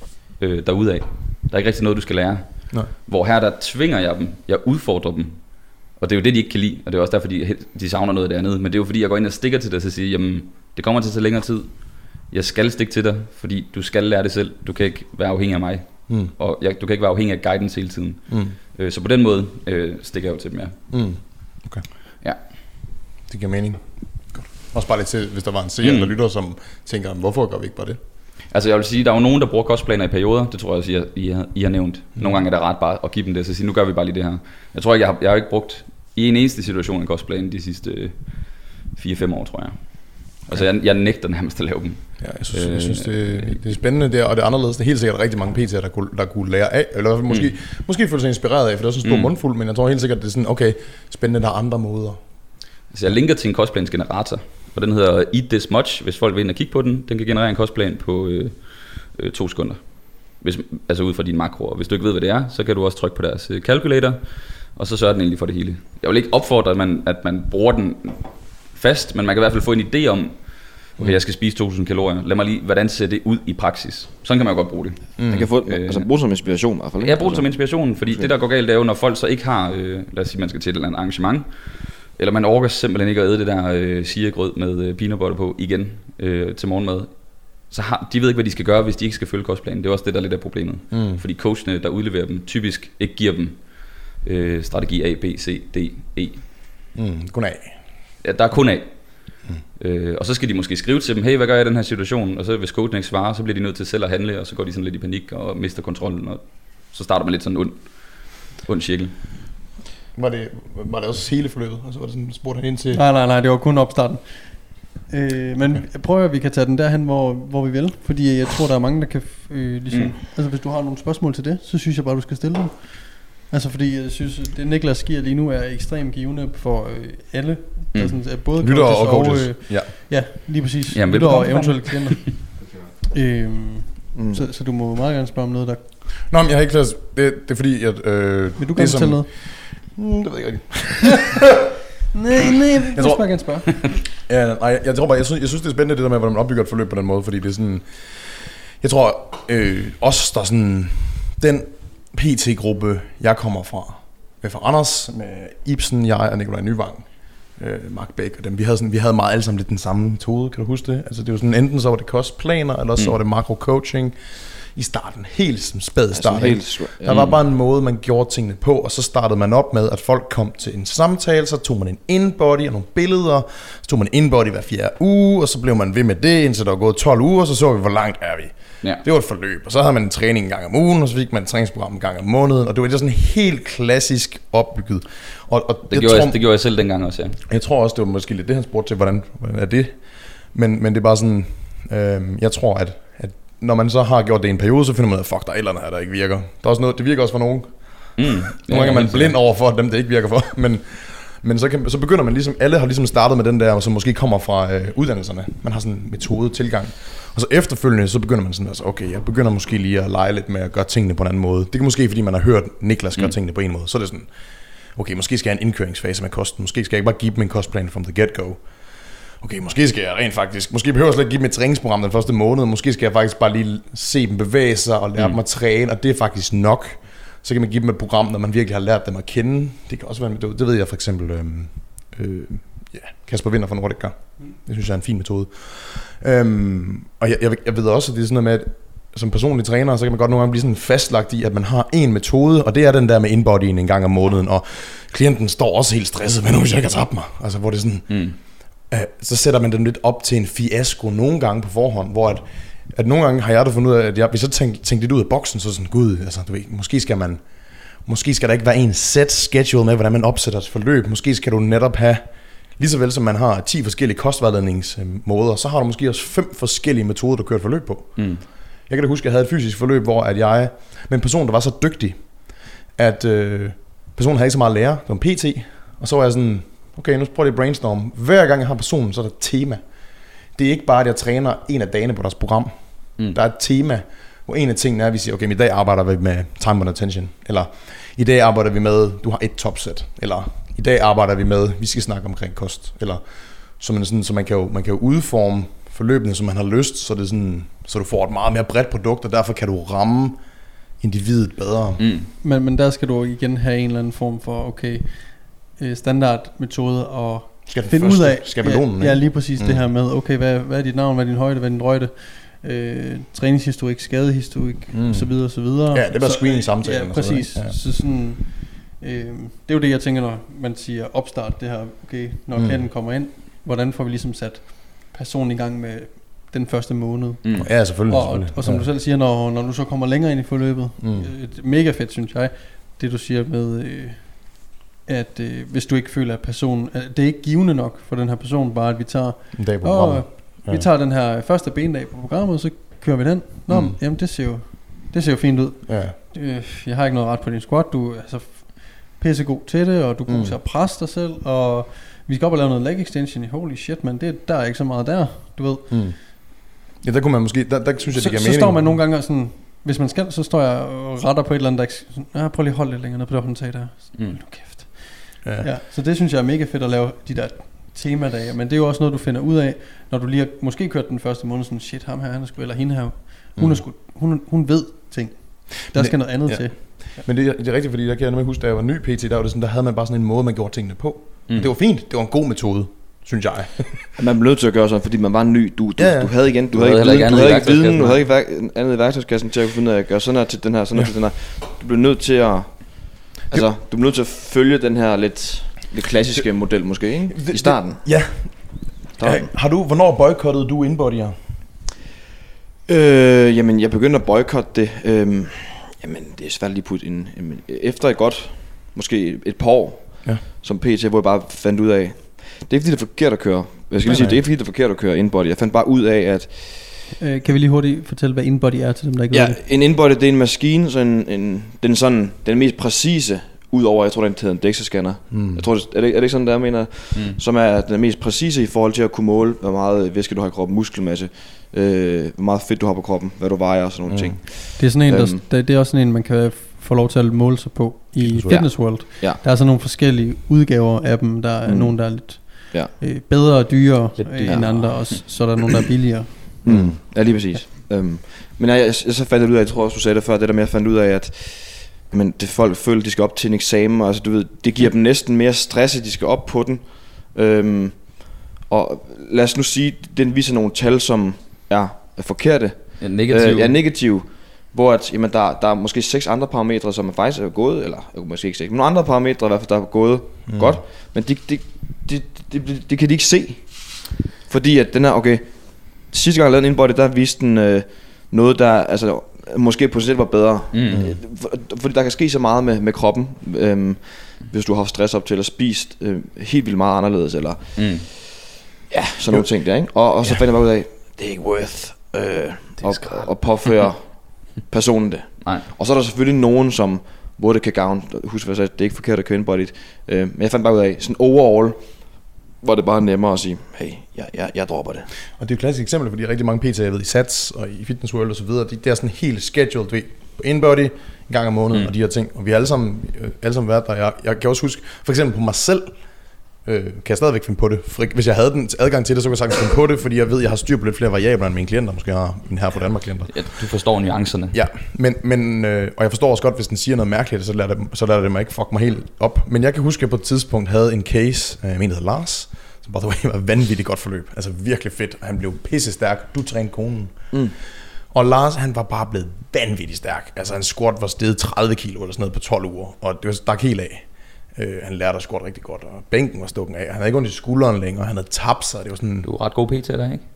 øh, derudad. Der er ikke rigtig noget, du skal lære. Nej. Hvor her der tvinger jeg dem, jeg udfordrer dem. Og det er jo det, de ikke kan lide, og det er også derfor, de, de savner noget af det andet. Men det er jo fordi, jeg går ind og stikker til dig, og siger, jamen, det kommer til at tage længere tid. Jeg skal stikke til dig, fordi du skal lære det selv. Du kan ikke være afhængig af mig. Mm. Og jeg, du kan ikke være afhængig af guidance hele tiden. Mm. Øh, så på den måde øh, stikker jeg jo til dem, ja. Mm. Okay. Ja. Det giver mening. Godt. Også bare lidt til, hvis der var en seer, mm. der lytter, som tænker, hvorfor gør vi ikke bare det? Altså jeg vil sige, der er jo nogen, der bruger kostplaner i perioder. Det tror jeg også, I har, I har, I har nævnt. Mm. Nogle gange er det ret bare at give dem det, så sige, nu gør vi bare lige det her. Jeg tror ikke, jeg har, jeg har ikke brugt i en eneste situation en kostplan de sidste fire fem år, tror jeg. Altså jeg, jeg nægter nærmest at lave dem. Ja, jeg synes, øh, jeg synes det, det er spændende der, og det er anderledes. Det er helt sikkert rigtig mange P T'er, der kunne, der kunne lære af, eller måske, mm. måske føle sig inspireret af, for det er sådan en stor mm. mundfuld, men jeg tror helt sikkert, det er sådan, okay, spændende, der er andre måder. Altså jeg linker til en kostplans generator, og den hedder Eat This Much, hvis folk vil ind og kigge på den. Den kan generere en kostplan på øh, øh, to sekunder, hvis, altså ud fra dine makroer. Hvis du ikke ved, hvad det er, så kan du også trykke på deres øh, calculator, og så sørger den egentlig for det hele. Jeg vil ikke opfordre, at man, at man bruger den fast, men man kan i hvert fald få en idé om, okay, jeg skal spise to tusind kalorier. Lad mig lige, hvordan ser det ud i praksis? Sådan kan man jo godt bruge det. Mm. Man kan få, øh, altså bruge det som inspiration i hvert fald. Ja, bruge det som inspiration, fordi okay. det der går galt er jo, når folk så ikke har, øh, lad os sige, man skal til et eller andet arrangement, eller man orker simpelthen ikke at æde det der øh, siregrød med øh, peanut butter på igen øh, til morgenmad, så har, de ved ikke, hvad de skal gøre, hvis de ikke skal følge kostplanen. Det er også det, der er lidt af problemet. Mm. Fordi coachene, der udleverer dem, typisk ikke giver dem øh, strategi A, B, C, D, E. Mm, kun A. Ja, der er kun A. Mm. Øh, og så skal de måske skrive til dem, hey, hvad gør jeg i den her situation? Og så hvis coachen ikke svarer, så bliver de nødt til selv at handle, og så går de sådan lidt i panik og mister kontrollen, og så starter man lidt sådan en ond, ond cirkel. Var det, var det også hele forløbet? Altså var det sådan, spurgte han ind til? Nej, nej, nej, det var kun opstarten. Øh, men okay. Jeg prøver, at vi kan tage den derhen, hvor, hvor vi vil, fordi jeg tror, der er mange, der kan, øh, ligesom, mm. altså hvis du har nogle spørgsmål til det, så synes jeg bare, du skal stille dem. Altså fordi jeg synes, det Niklas giver lige nu er ekstremt givende for øh, alle, mm. altså, både lytter og coaches. Øh, ja. ja, lige præcis. Jamen, lytter og eventuelle klienter. øhm, mm. så, så du må meget gerne spørge om noget, der... Nå, men jeg har ikke klaret, det, det er fordi, at... Øh, Vil du gerne fortælle noget? Mm, det ved jeg ikke. nej, nej, jeg vil bare gerne spørge. ja, nej, jeg tror bare, jeg synes, jeg synes det er spændende det der med, hvordan man opbygger et forløb på den måde, fordi det er sådan... Jeg tror, øh, os der sådan... Den P T-gruppe, jeg kommer fra, med fra Anders, med Ibsen, jeg og Nikolaj Nyvang, øh, Mark Bæk og dem, vi havde, sådan, vi havde meget alle sammen lidt den samme metode, kan du huske det? Altså det var sådan, enten så var det kostplaner, eller så mm. var det makro-coaching i starten, helt som spæd start. Altså, der var bare en måde, man gjorde tingene på, og så startede man op med, at folk kom til en samtale, så tog man en in-body og nogle billeder, så tog man en in-body hver fjerde uge, og så blev man ved med det, indtil der var gået tolv uger, så så vi, hvor langt er vi. Ja. Det var et forløb, og så havde man en træning en gang om ugen, og så fik man et træningsprogram en gang om måneden, og det var sådan helt klassisk opbygget. Og, og det, gjorde tror, jeg, det gjorde jeg selv dengang også, ja. Jeg tror også, det var måske lidt det, han spurgte til, hvordan, hvordan er det? Men, men det er bare sådan, øh, jeg tror, at, at når man så har gjort det i en periode, så finder man ud af, fuck, der er et eller andet her, der ikke virker. Der er også noget, det virker også for nogen. Mm. Nogle gange er man blind over for dem, det ikke virker for, men... Men så, kan, så begynder man ligesom, alle har ligesom startet med den der, som måske kommer fra øh, uddannelserne. Man har sådan en metode, tilgang. Og så efterfølgende, så begynder man sådan, altså okay, jeg begynder måske lige at lege lidt med at gøre tingene på en anden måde. Det kan måske, fordi man har hørt Niklas gøre mm. tingene på en måde. Så er det sådan, okay, måske skal jeg have en indkøringsfase med kosten. Måske skal jeg ikke bare give dem en kostplan from the get-go. Okay, måske skal jeg rent faktisk, måske behøver jeg slet ikke give dem et træningsprogram den første måned. Måske skal jeg faktisk bare lige se dem bevæge sig og lære mm. dem at træne, og det er faktisk nok. Så kan man give dem et program, når man virkelig har lært dem at kende. Det kan også være, det, det ved jeg for eksempel, øhm, øh, ja, Kasper Winter fra Nordic gør. Det synes jeg er en fin metode. Øhm, og jeg, jeg, jeg ved også, at det er sådan noget med, at som personlig træner, så kan man godt nogle gange blive sådan fastlagt i, at man har en metode, og det er den der med inbodyen en gang om måneden, og klienten står også helt stresset, men nu hvis jeg ikke har tabt mig. Altså, hvor det er sådan, mm. øh, så sætter man dem lidt op til en fiasko nogle gange på forhånd, hvor at at nogle gange har jeg da fundet ud af, at jeg, hvis jeg tænkte, tænkte lidt ud af boksen, så sådan, gud, altså, du ved, måske skal man, måske skal der ikke være en set schedule med, hvordan man opsætter et forløb. Måske skal du netop have, lige så vel som man har ti forskellige kostvejledningsmåder, så har du måske også fem forskellige metoder, du kører et forløb på. Mm. Jeg kan da huske, at jeg havde et fysisk forløb, hvor at jeg, med en person, der var så dygtig, at øh, personen havde ikke så meget at lære, det var en P T, og så var jeg sådan, Okay, nu prøver jeg at brainstorm. Hver gang jeg har personen, så er der et tema. Det er ikke bare, at jeg træner en af dagene på deres program. Mm. Der er et tema, hvor en af tingene er, at vi siger, okay, men i dag arbejder vi med time and attention. Eller i dag arbejder vi med, du har et topsæt. Eller i dag arbejder vi med, vi skal snakke omkring kost. Eller så man, sådan, så man, kan, jo, man kan jo udforme forløbene, som man har lyst, så, det er sådan, så du får et meget mere bredt produkt, og derfor kan du ramme individet bedre. Mm. Men, men der skal du igen have en eller anden form for, okay, standardmetode og skal finde ud af, skabelonen, ja, ja, lige præcis mm. det her med, okay, hvad, hvad er dit navn, hvad er din højde, hvad er din røjde, øh, træningshistorik, skadehistorik, mm. så videre, så videre. Ja, det er bare screening-samtalen. Ja, præcis. Ja. Så sådan, øh, det er jo det, jeg tænker, når man siger opstart, det her, okay, når mm. klienten kommer ind, hvordan får vi ligesom sat personen i gang med den første måned. Mm. Ja, selvfølgelig. Og, og, og som ja. du selv siger, når, når du så kommer længere ind i forløbet, mm. øh, mega fedt, synes jeg, det du siger med, øh, at øh, hvis du ikke føler, at personen, at det er ikke givende nok for den her person, bare at vi tager, en dag på programmet. Ja. Vi tager den her første bendag på programmet, og så kører vi den. Nå, mm. jamen det ser jo, det ser jo fint ud. Ja. Øh, jeg har ikke noget ret på din squat, du er altså pissegod til det, og du er god til at presse dig selv, og vi skal op og lave noget leg extension i holy shit, men det, der er ikke så meget der, du ved. Mm. Ja, der kunne man måske, der, der synes jeg, så, det giver så mening. Så står man nogle gange sådan, hvis man skal, så står jeg og retter på et eller andet, der ikke, ja, prøv lige at holde lidt længere ned på det håndtag der. Mm. Nu kæft. Ja. Ja, så det synes jeg er mega fedt at lave de der temadage, men det er jo også noget, du finder ud af, når du lige har måske kørt den første måned, sådan, shit, ham her, han er sgu, eller hende her, hun, mm. er sgu, hun, hun ved ting. Der skal noget andet ja. til. Ja. Men det, det er rigtigt, fordi der kan jeg nemlig huske, da jeg var ny P T, der var det sådan, der havde man bare sådan en måde, man gjorde tingene på. Mm. Det var fint, det var en god metode, synes jeg. Man blev nødt til at gøre sådan, fordi man var ny. Du, du, ja, ja. du havde igen, du, du havde ikke viden, du havde ikke viden, du havde ikke andet i værktøjskassen til at kunne finde ud af at gøre sådan her til den her, sådan her ja. til den her. Du blev nødt til at, altså, du blev nødt til at følge den her lidt, lidt klassiske det, model måske, ikke? I starten. Det, ja. Starten. Har du, hvornår boykottede du InBodyer? Øh, jamen, jeg begyndte at boykotte det. Øhm, jamen, det er svært lige putte ind. Jamen, efter et godt, måske et par år, ja. som P T, hvor jeg bare fandt ud af, det er ikke fordi det er forkert at køre. Jeg skal lige sige, det er ikke fordi det er forkert at køre InBody. Jeg fandt bare ud af, at øh, kan vi lige hurtigt fortælle, hvad InBody er til dem, der ikke ja, ved det? En InBody, det er en maskine, så en, en, den sådan den mest præcise, udover, jeg tror, den hedder en DEXA-scanner. Mm. Jeg tror, det, er, det, er det ikke sådan, der jeg mener? Mm. Som er den mest præcise i forhold til at kunne måle, hvor meget væske du har i kroppen, muskelmasse, øh, hvor meget fedt du har på kroppen, hvad du vejer og sådan nogle mm. ting. Det er sådan en, der, det, det er også sådan en, man kan få lov til at måle sig på i Fitness World. Ja. Der er så nogle forskellige udgaver af dem. Der er mm. nogle, der er lidt ja. øh, bedre og dyrere øh, end andre, og så er der nogle, der er billigere. Mm. Ja, lige præcis. Ja. Øhm, men jeg, jeg, jeg så fandt ud af, jeg tror også, du sagde det før, det der med, at jeg fandt ud af, at men det folk føler, de skal op til en eksamen, og altså, du ved, det giver dem næsten mere stress, at de skal op på den. Øhm, og lad os nu sige, den viser nogle tal, som er, er forkerte. Ja, negativ. Øh, ja, negativ. Hvor at, jamen, der, der er måske seks andre parametre, som er faktisk er gået, eller måske ikke seks, men nogle andre parametre i hvert fald, der er gået mm. godt, men det de, de, de, de, de kan de ikke se. Fordi at den her, okay, sidste gang jeg lavede en InBody, der viste den øh, noget, der altså måske potentielt var bedre. Mm. For, fordi der kan ske så meget med, med kroppen, øhm, hvis du har stress op til, eller spist øh, helt vildt meget anderledes, eller mm. ja, sådan nogle ting der, ikke? Og, og så ja. fandt jeg bare ud af, det er ikke worth øh, at, at påføre personen det. Nej. Og så er der selvfølgelig nogen, som hvor det kan gavne. Husk hvad jeg sagde, det er ikke forkert at køre InBody. Øh, men jeg fandt bare ud af, sådan overall, hvor det bare er nemmere at sige, hey, jeg, jeg, jeg dropper det. Og det er jo et klassisk eksempel, fordi rigtig mange P T'er, jeg ved, i Sats og i Fitness World og så videre, det er sådan helt scheduled ved, på InBody en gang om måneden mm. og de her ting. Og vi har alle sammen, øh, alle sammen været der. Jeg, jeg kan også huske, for eksempel på mig selv, øh, kan jeg stadigvæk finde på det. For, hvis jeg havde den adgang til det, så kunne jeg sagtens finde på det, fordi jeg ved, jeg har styr på lidt flere variabler end mine klienter, måske har mine her på Danmark klienter. Ja, du forstår nuancerne. Ja, men, men øh, og jeg forstår også godt, hvis den siger noget mærkeligt, så lader det, så lader det mig ikke fuck mig helt op. Men jeg kan huske, at jeg på et tidspunkt havde en case, øh, jeg mener, der hedder Lars, som by the way var vanvittigt godt forløb. Altså virkelig fedt. Han blev pisse stærk. Du trænede konen. Mm. Og Lars, han var bare blevet vanvittigt stærk. Altså hans squat var steget tredive kilo eller sådan noget på tolv uger. Og det var stak helt af. Uh, han lærte at squat rigtig godt. Og bænken var stukken af. Han havde ikke ondt i skulderen længere. Han havde tabt sig. Det var sådan... Du er ret god P T der, ikke?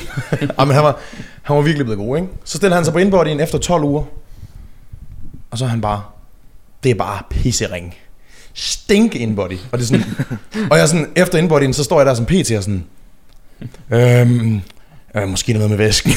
Ja, men han var, han var virkelig blevet god, ikke? Så stillede han sig på InBodyen efter tolv uger. Og så er han bare... Det er bare pissering. Stink InBody. Og det er sådan, og jeg er sådan, efter InBodyen, så står jeg der som P T og sådan, øhm, Øh, måske noget med væsken.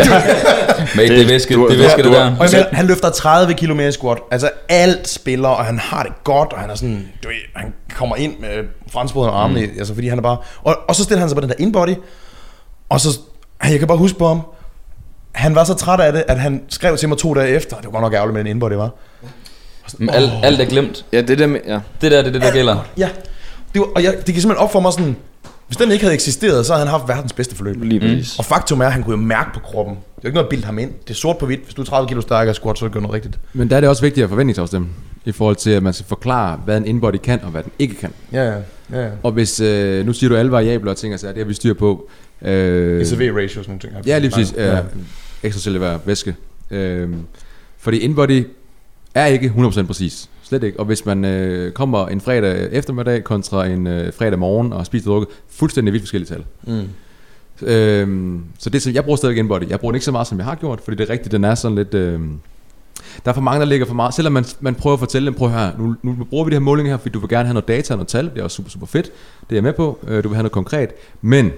Men det, det er væske, du- det er du- væske, du- det der. Og jeg mener, han løfter tredive kilo mere i squat. Altså alt spiller, og han har det godt, og han er sådan, du ved, han kommer ind med franskbrød og armene, mm. altså fordi han er bare... Og, og så stiller han sig på den der inbody, og så... Jeg kan bare huske på ham, han var så træt af det, at han skrev til mig to dage efter, det var godt nok ærgerligt med den inbody, var. Men alt, alt er glemt. Ja, det der med, ja. Det der, det er det, der gælder. Ja, det var, og jeg, det gik simpelthen op for mig sådan, hvis den ikke havde eksisteret, så havde han haft verdens bedste forløb. Lige præcis. Og faktum er, at han kunne jo mærke på kroppen. Det er jo ikke noget at bilde ham ind. Det er sort på hvidt. Hvis du er tredive kilo stærkere squat, så er det gør noget rigtigt. Men der er det også vigtigt at forventningsafstemme, i forhold til, at man skal forklare, hvad en inbody kan, og hvad den ikke kan. Ja, ja. ja, ja. Og hvis, øh, nu siger du alle variabler og ting, altså, det har vi styr på. Øh, S V ratio, sådan nogle ting. Ja, lige præcis. Ja. Øh, ekstracellulær væske. Øh, fordi inbody er ikke hundrede procent præcis. Slet ikke. Og hvis man øh, kommer en fredag eftermiddag kontra en øh, fredag morgen og spiser drukket, fuldstændig vidt forskellige tal. Mm. Øhm, så det, så jeg bruger stadig inbody. Jeg bruger den ikke så meget, som jeg har gjort, fordi det er rigtigt, den er sådan lidt... Øh, der er for mange, der ligger for meget. Selvom man, man prøver at fortælle dem, prøv her, nu, nu bruger vi det her måling her, fordi du vil gerne have noget data og noget tal. Det er også super, super fedt. Det er jeg med på. Øh, du vil have noget konkret. Men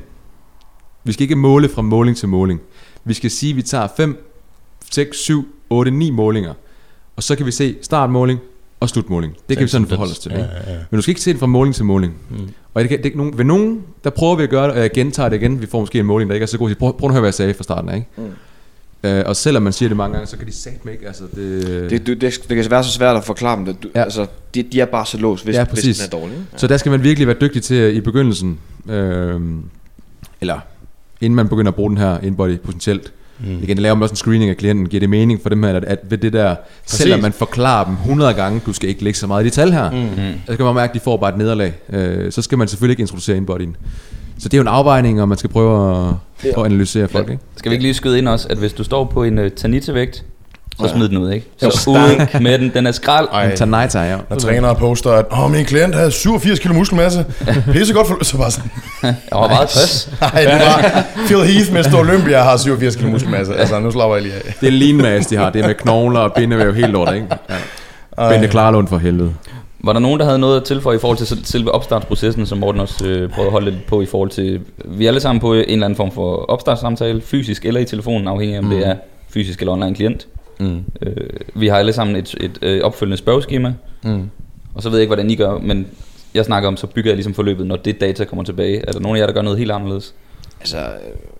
vi skal ikke måle fra måling til måling. Vi skal sige, at vi tager fem, seks, syv, otte, ni målinger. Og så kan vi se startmåling og slutmåling. Det kan vi sådan forholde os til. Ja, Ikke? ja, ja. Men du skal ikke se det fra måling til måling. Mm. Og det kan, det, nogen, ved nogen, der prøver vi at gøre det, og jeg gentager det igen, vi får måske en måling, der ikke er så god. Så prøv, prøv at høre, hvad jeg sagde fra starten af. Ikke? Mm. Øh, og selvom man siger det mange gange, så kan de satme ikke. Altså, det, Det, det, det, det kan være så svært at forklare dem det. Du, Ja. Altså, de, de er bare så låst, hvis, Ja, hvis præcis. den er dårlig. Ikke? Så der skal man virkelig være dygtig til at, i begyndelsen, øh, eller inden man begynder at bruge den her inbody potentielt. Mm. Igen, laver man også en screening af klienten. Giver det mening for dem her, at, at ved det der, Præcis. selvom man forklarer dem hundrede gange, du skal ikke lægge så meget i de tal her, mm. så skal man mærke, at de får bare et nederlag. Øh, så skal man selvfølgelig ikke introducere inbodyen. Så det er jo en afvejning, og man skal prøve at, Ja. at analysere folk, ikke? Skal vi ikke lige skyde ind også, at hvis du står på en uh, tanitevægt, så Ja. smid den ud, ikke? Jo, Så ud med den, den er skrald. Ej, Tonight, ja. når trænere poster, at åh, min klient havde syvogfirs kilo muskelmasse. Pisse godt for... Så bare sådan, Jeg var meget tres. nej, det var Phil Heath med Stor Olympia har syvogfirs kilo muskelmasse. Altså, nu slapper jeg lige af. Det er lean mass, de har. Det er med knogler og bindevæv helt lort, ikke? Ja. Bente Klarlund for helvede. Var der nogen, der havde noget at tilføje i forhold til sel- selve opstartsprocessen, som Morten også øh, prøvede at holde lidt på i forhold til... Vi er alle sammen på en eller anden form for opstartssamtale, fysisk eller i telefonen, afhængig af om mm. det er fysisk eller online klient. Mm. Øh, vi har alle sammen et, et, et opfølgende spørgeskema, Mm. og så ved jeg ikke, hvordan I gør, men jeg snakker om, så bygger jeg ligesom forløbet, når det data kommer tilbage. Er der nogen af jer, der gør noget helt anderledes? Altså... Øh,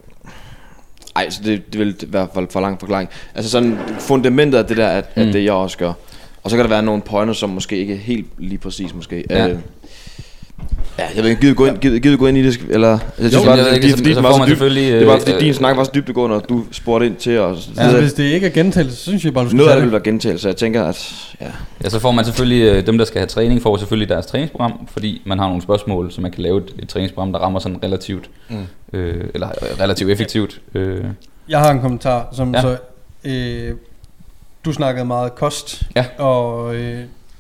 ej, så det, det vil i hvert fald for lang forklaring. Altså sådan fundamentet af det der, at, mm. at det jeg også gør. Og så kan der være nogle pointer, som måske ikke er helt lige præcis måske. Ja. Øh, ja, jeg ved ikke, gider gå ind, gider, gider gå ind i det, eller... Jeg synes Jo, bare, jeg ved det, ikke, det, så- fordi så den var får så man dyb, selvfølgelig, det var øh, fordi øh, din snak var så dybdegående, og du spurgte ind til, og Ja, altså, hvis det ikke er gentagelse, så synes jeg bare, du skal noget af tage det vil det. være gentagelse. Jeg tænker, at ja, Ja, så får man selvfølgelig, øh, dem der skal have træning, får selvfølgelig deres træningsprogram, fordi man har nogle spørgsmål, så man kan lave et, et træningsprogram, der rammer sådan relativt, mm. øh, eller øh, relativt effektivt. Øh. Jeg har en kommentar, som Ja. så... Øh, du snakkede meget kost, Ja. og øh,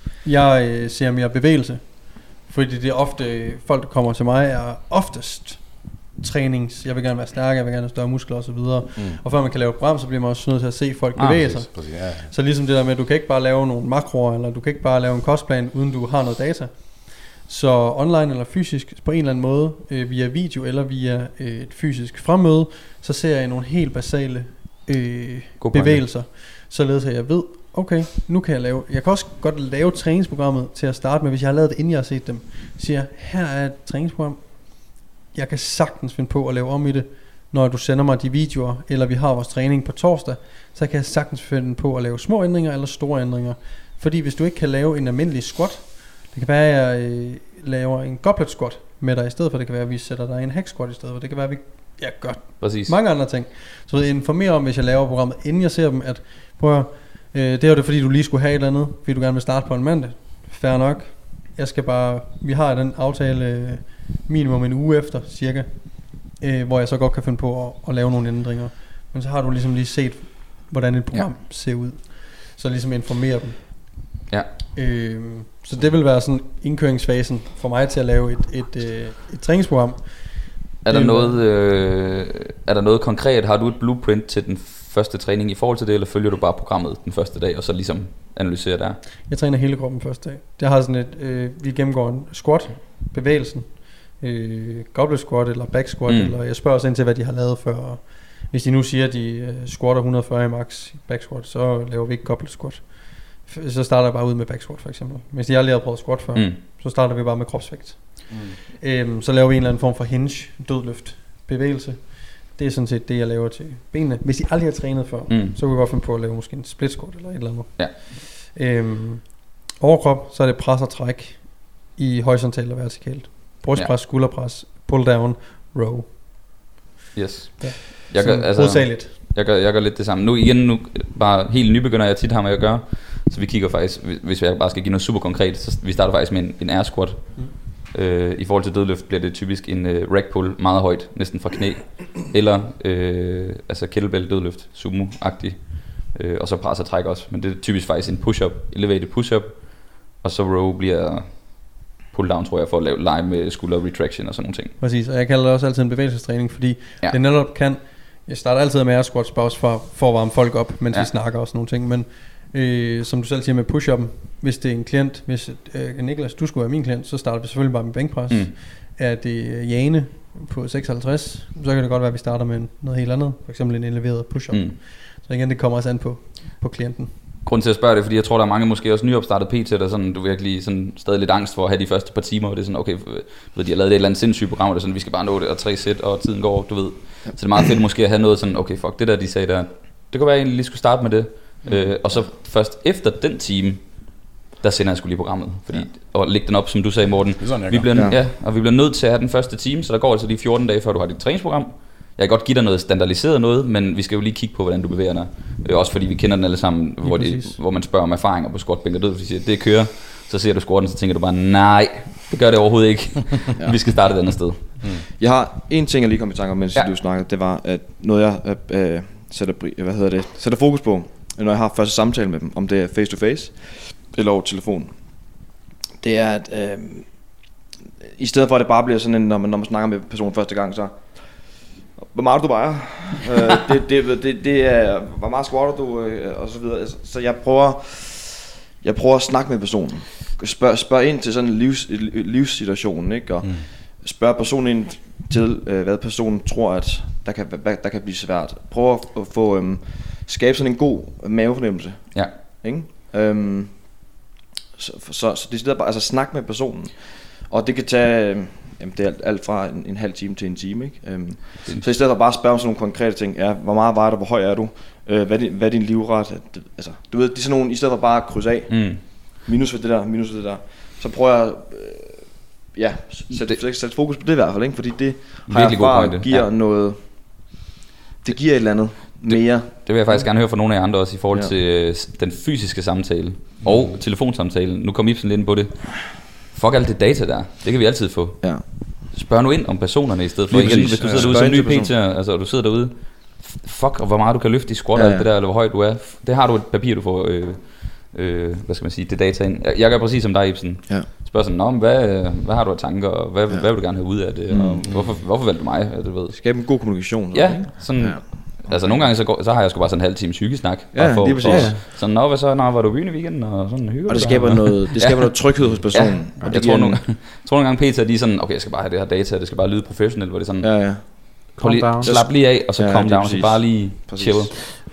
jeg øh, ser mere bevægelse. Fordi det er ofte, øh, folk der kommer til mig, er oftest trænings. Jeg vil gerne være stærkere, jeg vil gerne have større muskler osv. Mm. Og før man kan lave et program, så bliver man også nødt til at se folk Ah, bevæge sig. Præcis, ja, ja. Så ligesom det der med, at du kan ikke bare lave nogle makroer, eller du kan ikke bare lave en kostplan, uden du har noget data. Så online eller fysisk, på en eller anden måde, øh, via video eller via øh, et fysisk fremmøde, så ser jeg nogle helt basale øh, God pointe. bevægelser, således at jeg ved, okay, nu kan jeg lave, jeg kan også godt lave træningsprogrammet til at starte med, hvis jeg har lavet det, inden jeg har set dem. Siger, her er et træningsprogram, jeg kan sagtens finde på at lave om i det, når du sender mig de videoer, eller vi har vores træning på torsdag, så kan jeg sagtens finde på at lave små ændringer eller store ændringer. Fordi hvis du ikke kan lave en almindelig squat, det kan være, at jeg øh, laver en goblet squat med dig i stedet for, det kan være, at vi sætter dig i en hack squat i stedet for, det kan være, at vi ja, gør Præcis. mange andre ting. Så jeg informerer om, hvis jeg laver programmet, inden jeg ser dem, at prøv at, øh, det er jo det, fordi du lige skulle have et eller andet, fordi du gerne vil starte på en mandag. Fair nok. Jeg skal bare, vi har den aftale øh, minimum en uge efter, cirka, øh, hvor jeg så godt kan finde på at, at lave nogle ændringer. Men så har du ligesom lige set, hvordan et program ja. ser ud. Så ligesom informere dem. Ja. Øh, så det vil være sådan indkøringsfasen for mig til at lave et, et, et, et træningsprogram. Er der, Det- noget, øh, er der noget konkret? Har du et blueprint til den første træning i forhold til det, eller følger du bare programmet den første dag, og så ligesom analyserer der? Jeg træner hele kroppen første dag. Det har sådan et, øh, vi gennemgår en squat, bevægelsen, øh, goblet squat eller back squat, mm. eller jeg spørger også ind til, hvad de har lavet før. Hvis de nu siger, at de øh, squatter et hundrede og fyrre i max back squat, så laver vi ikke goblet squat. Så starter jeg bare ud med back squat for eksempel. Hvis de aldrig har prøvet squat før, mm. så starter vi bare med kropsvægt. Mm. Øhm, så laver vi en eller anden form for hinge, dødløft, bevægelse. Det er sådan set det, jeg laver til benene. Hvis I aldrig har trænet før, mm. så kan vi godt finde på at lave måske en split squat eller et eller andet. Ja. Øhm, overkrop, så er det pres og træk i horisontalt og vertikalt. Brystpres, ja. Skulderpres, pull down, row. Yes. Ja. Jeg gør, altså, jeg, gør, jeg gør lidt det samme. Nu igen, nu bare helt nybegynder jeg tit har med at gøre. Så vi kigger faktisk, hvis jeg bare skal give noget super konkret, så vi starter faktisk med en, en air squat. Mm. Øh, I forhold til dødløft bliver det typisk en uh, rack pull meget højt, næsten fra knæ. Eller øh, altså kettlebell dødløft, sumo-agtig. Øh, og så pres og træk også. Men det er typisk faktisk en push-up, elevated push-up. Og så row bliver pull down, tror jeg, for at lave lege med skulder retraction og sådan nogle ting. Præcis, og jeg kalder det også altid en bevægelsestræning, fordi ja. det netop kan. Jeg starter altid med air squats, bare også for, for at varme folk op, mens ja. vi snakker og sådan nogle ting. Men øh, som du selv siger med push-up'en, hvis det er en klient, hvis øh, Niklas, du skulle være min klient, så starter vi selvfølgelig bare med bænkpres. Mm. Er det Jane på seksoghalvtreds, så kan det godt være, at vi starter med noget helt andet, for eksempel en eleveret push-up. Mm. Så igen, det kommer også an på, på klienten. Grunden til at spørge det, fordi jeg tror, der er mange måske også nyopstartet P T, der sådan, du virkelig sådan, stadig lidt angst for at have de første par timer, og det er sådan, okay, ved, de har lavet det et eller andet sindssygt program, og det er sådan, vi skal bare nå det, og tre sæt, og tiden går, du ved. Så det er meget fedt måske at have noget sådan, okay, fuck, det der, de sagde der, det kunne være, at jeg egentlig lige skulle starte med det, mm. øh, og så først efter den time, der sender jeg sgu lige programmet, fordi, ja. og lægge den op, som du sagde, Morten. Sådan, vi bliver, ja. Ja, og vi bliver nødt til at have den første time, så der går altså lige fjorten dage, før du har dit træningsprogram. Jeg kan godt give dig noget standardiseret noget, men vi skal jo lige kigge på, hvordan du bevæger dig. Øh, også fordi vi kender den alle sammen, hvor, det, hvor man spørger om erfaringer på squat, bænk og død. Hvis de siger, det kører, så ser du squatten, så tænker du bare, nej, det gør det overhovedet ikke. Ja. Vi skal starte et andet sted. Mm. Jeg har en ting, jeg lige kom i tanke om, mens ja. du snakkede. Det var, at noget jeg øh, sætter, hvad hedder det, sætter fokus på, når jeg har første samtale med dem, om det er face to face eller over telefon. Det er, at øh, i stedet for at det bare bliver sådan en, når man, når man snakker med personen første gang, så hvor meget du vejer, øh, det, det, det, det er, hvor meget squatter du, øh, og så videre. Så jeg prøver, jeg prøver at snakke med personen. Spørg, spørg ind til sådan en livs, livssituation, ikke? Og mm. spørg personen ind til, øh, hvad personen tror, at der kan, hvad, der kan blive svært. Prøv at få, øh, skabe sådan en god mavefornemmelse. Ja. Ikke? Øhm, så, så, så det er bare, altså snak med personen. Og det kan tage, øh, jamen det er alt, alt fra en, en halv time til en time, ikke? Øhm, så i stedet for bare at spørge om sådan nogle konkrete ting, ja, hvor meget vejer du, hvor høj er du, øh, hvad, er din, hvad er din livret, det, altså, du ved, det er sådan nogle, i stedet for bare at krydse af, mm. minus for det der, minus for det der, så prøver jeg, øh, ja, sætte sæt fokus på det i hvert fald, ikke? Fordi det har jeg erfaret, giver ja. noget, det giver et eller andet mere. Det, det vil jeg faktisk gerne høre fra nogle af jer andre også, i forhold ja. til øh, den fysiske samtale, og mm. telefonsamtalen. Nu kom Ibsen lidt ind på det. Fuck alt det data der, det kan vi altid få. Ja. Spørg nu ind om personerne i stedet for. Igen, hvis du sidder ja, derude som ny P T, altså du sidder derude, fuck, og hvor meget du kan løfte i squat ja, ja. det der, eller hvor høj du er. Det har du et papir, du får, øh, øh, hvad skal man sige, det data ind. Jeg, jeg gør præcis som dig, Ibsen. Ja. Spørg sådan, nå, hvad, hvad har du af tanker, og hvad, ja. hvad vil du gerne have ud af det, mm. og hvorfor, hvorfor valgte du mig, du ved. Skabe en god kommunikation. Ja, sådan... Ja. Altså nogle gange så, går, så har jeg sgu bare sådan en halv time psykesnak. Ja, for, lige præcis. For, sådan, nå, hvad så, nå, var du i byen i weekenden, og sådan hygger. Og det skaber noget, det skaber ja. noget tryghed hos personen. Ja. Og jeg tror nogle, jeg tror nogle gange P T'er, de er sådan, okay, jeg skal bare have det her data, det skal bare lyde professionelt, hvor det er sådan, ja, ja. Calm lige, down. Slap lige af, og så ja, calm down, så bare lige præcis. Chill.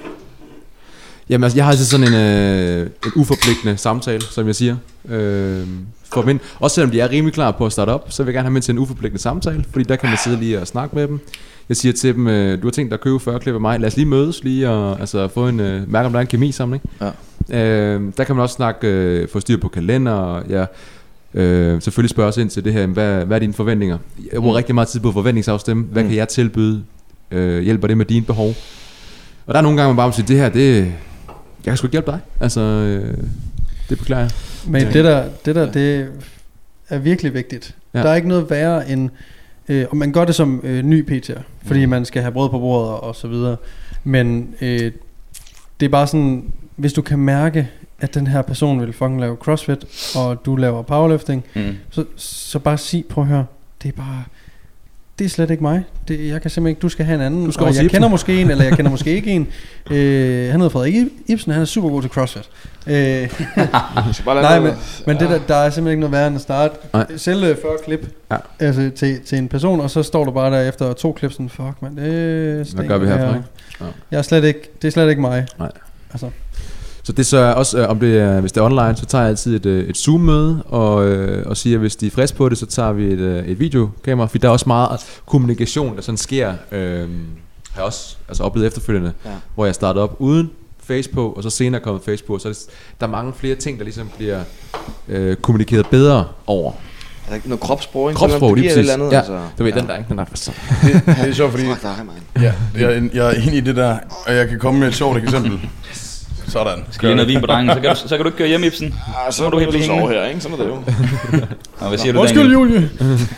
Jamen altså, jeg har altid sådan en, øh, en uforpligtende samtale, som jeg siger. Øh, for mænd. Også selvom de er rimelig klar på at starte op, så vil jeg gerne have med til en uforpligtende samtale, fordi der kan man sidde lige og snakke med dem. Jeg siger til dem, øh, du har tænkt dig at købe fyrre klip af mig, lad os lige mødes lige og altså, få en, øh, mærke om der er en kemi sammen, ikke? Ja. Øh, der kan man også snakke, øh, få styr på kalender, og ja, øh, selvfølgelig spørge os ind til det her, hvad, hvad er dine forventninger? Jeg bruger mm. rigtig meget tid på forventningsafstemme, hvad mm. kan jeg tilbyde? Øh, hjælper det med dine behov? Og der er nogle gange, man bare må sige, det her, det, jeg kan sgu ikke hjælpe dig, altså, øh, det beklager jeg. Men det der, det der, det er virkelig vigtigt. Ja. Der er ikke noget værre end, øh, og man gør det som øh, ny P T'er, fordi mm. man skal have brød på bordet og, og så videre. Men øh, det er bare sådan, hvis du kan mærke, at den her person vil fucking lave crossfit, og du laver powerlifting, mm. så, så bare sig, prøv at høre, det er bare, det er slet ikke mig. Det, jeg kan simpelthen ikke, du skal have en anden. Du skal og også jeg Ibsen. kender måske en, eller jeg kender måske ikke en. Øh, han hedder Frederik Ibsen, han er super god til CrossFit. Øh, nej, men, men det der, der er simpelthen ikke noget værre end at starte. Sælge fyrre klip ja. altså, til, til en person, og så står du bare der efter to klip sådan, fuck man, det hvad gør vi herfra, ikke? Ja. Jeg er slet ikke, det er slet ikke mig. Nej. Altså. Så det er så også, øh, om det er, hvis det er online, så tager jeg altid et, øh, et Zoom-møde, og, øh, og siger, at hvis de er friske på det, så tager vi et, øh, et videokamera, for der er også meget kommunikation, der sådan sker, øh, har jeg også altså oplevet efterfølgende, ja. Hvor jeg startede op uden face på, og så senere kommet face på, så er det, der er mange flere ting, der ligesom bliver øh, kommunikeret bedre over. Er der ikke noget kropssprog? Kropssprog, lige præcis. Andet, ja, altså. du ved, ja. den der, ikke? Den der for så. Det, det er sjovt, fordi Fuck dig, man. Ja, jeg, jeg er enig i det der, og jeg kan komme med et sjovt eksempel. Sådan. Skal lige noget vin på drengen, så kan du, så kan du ikke køre hjem, Ibsen. Ah, så må du helt blive hængende her, ikke? Sådan er det jo. Nå, hvad siger du, Undskyld, Julie.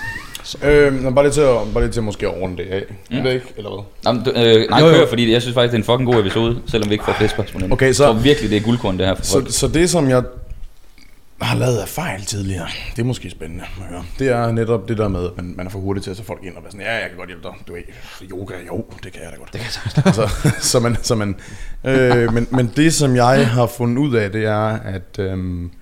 øh, bare lige til at, bare lige til måske at runde det af. Mm. Er det ikke, eller hvad? Jamen, du, øh, nej, Jo, jo. kør, fordi jeg synes faktisk, det er en fucking god episode, selvom vi ikke får flere spørgsmål ind. Okay, så- Jeg tror virkelig, det er guldkorn, det her for Så, folk. så det, som jeg har lavet af fejl tidligere, det er måske spændende at høre. Det er netop det der med, at man, man er for hurtig til at tage folk ind og være sådan, ja, jeg kan godt hjælpe dig. Du er yoga, jo, det kan jeg da godt. Det kan jeg så, så man, så man, øh, men, men det, som jeg har fundet ud af, det er, at øhm,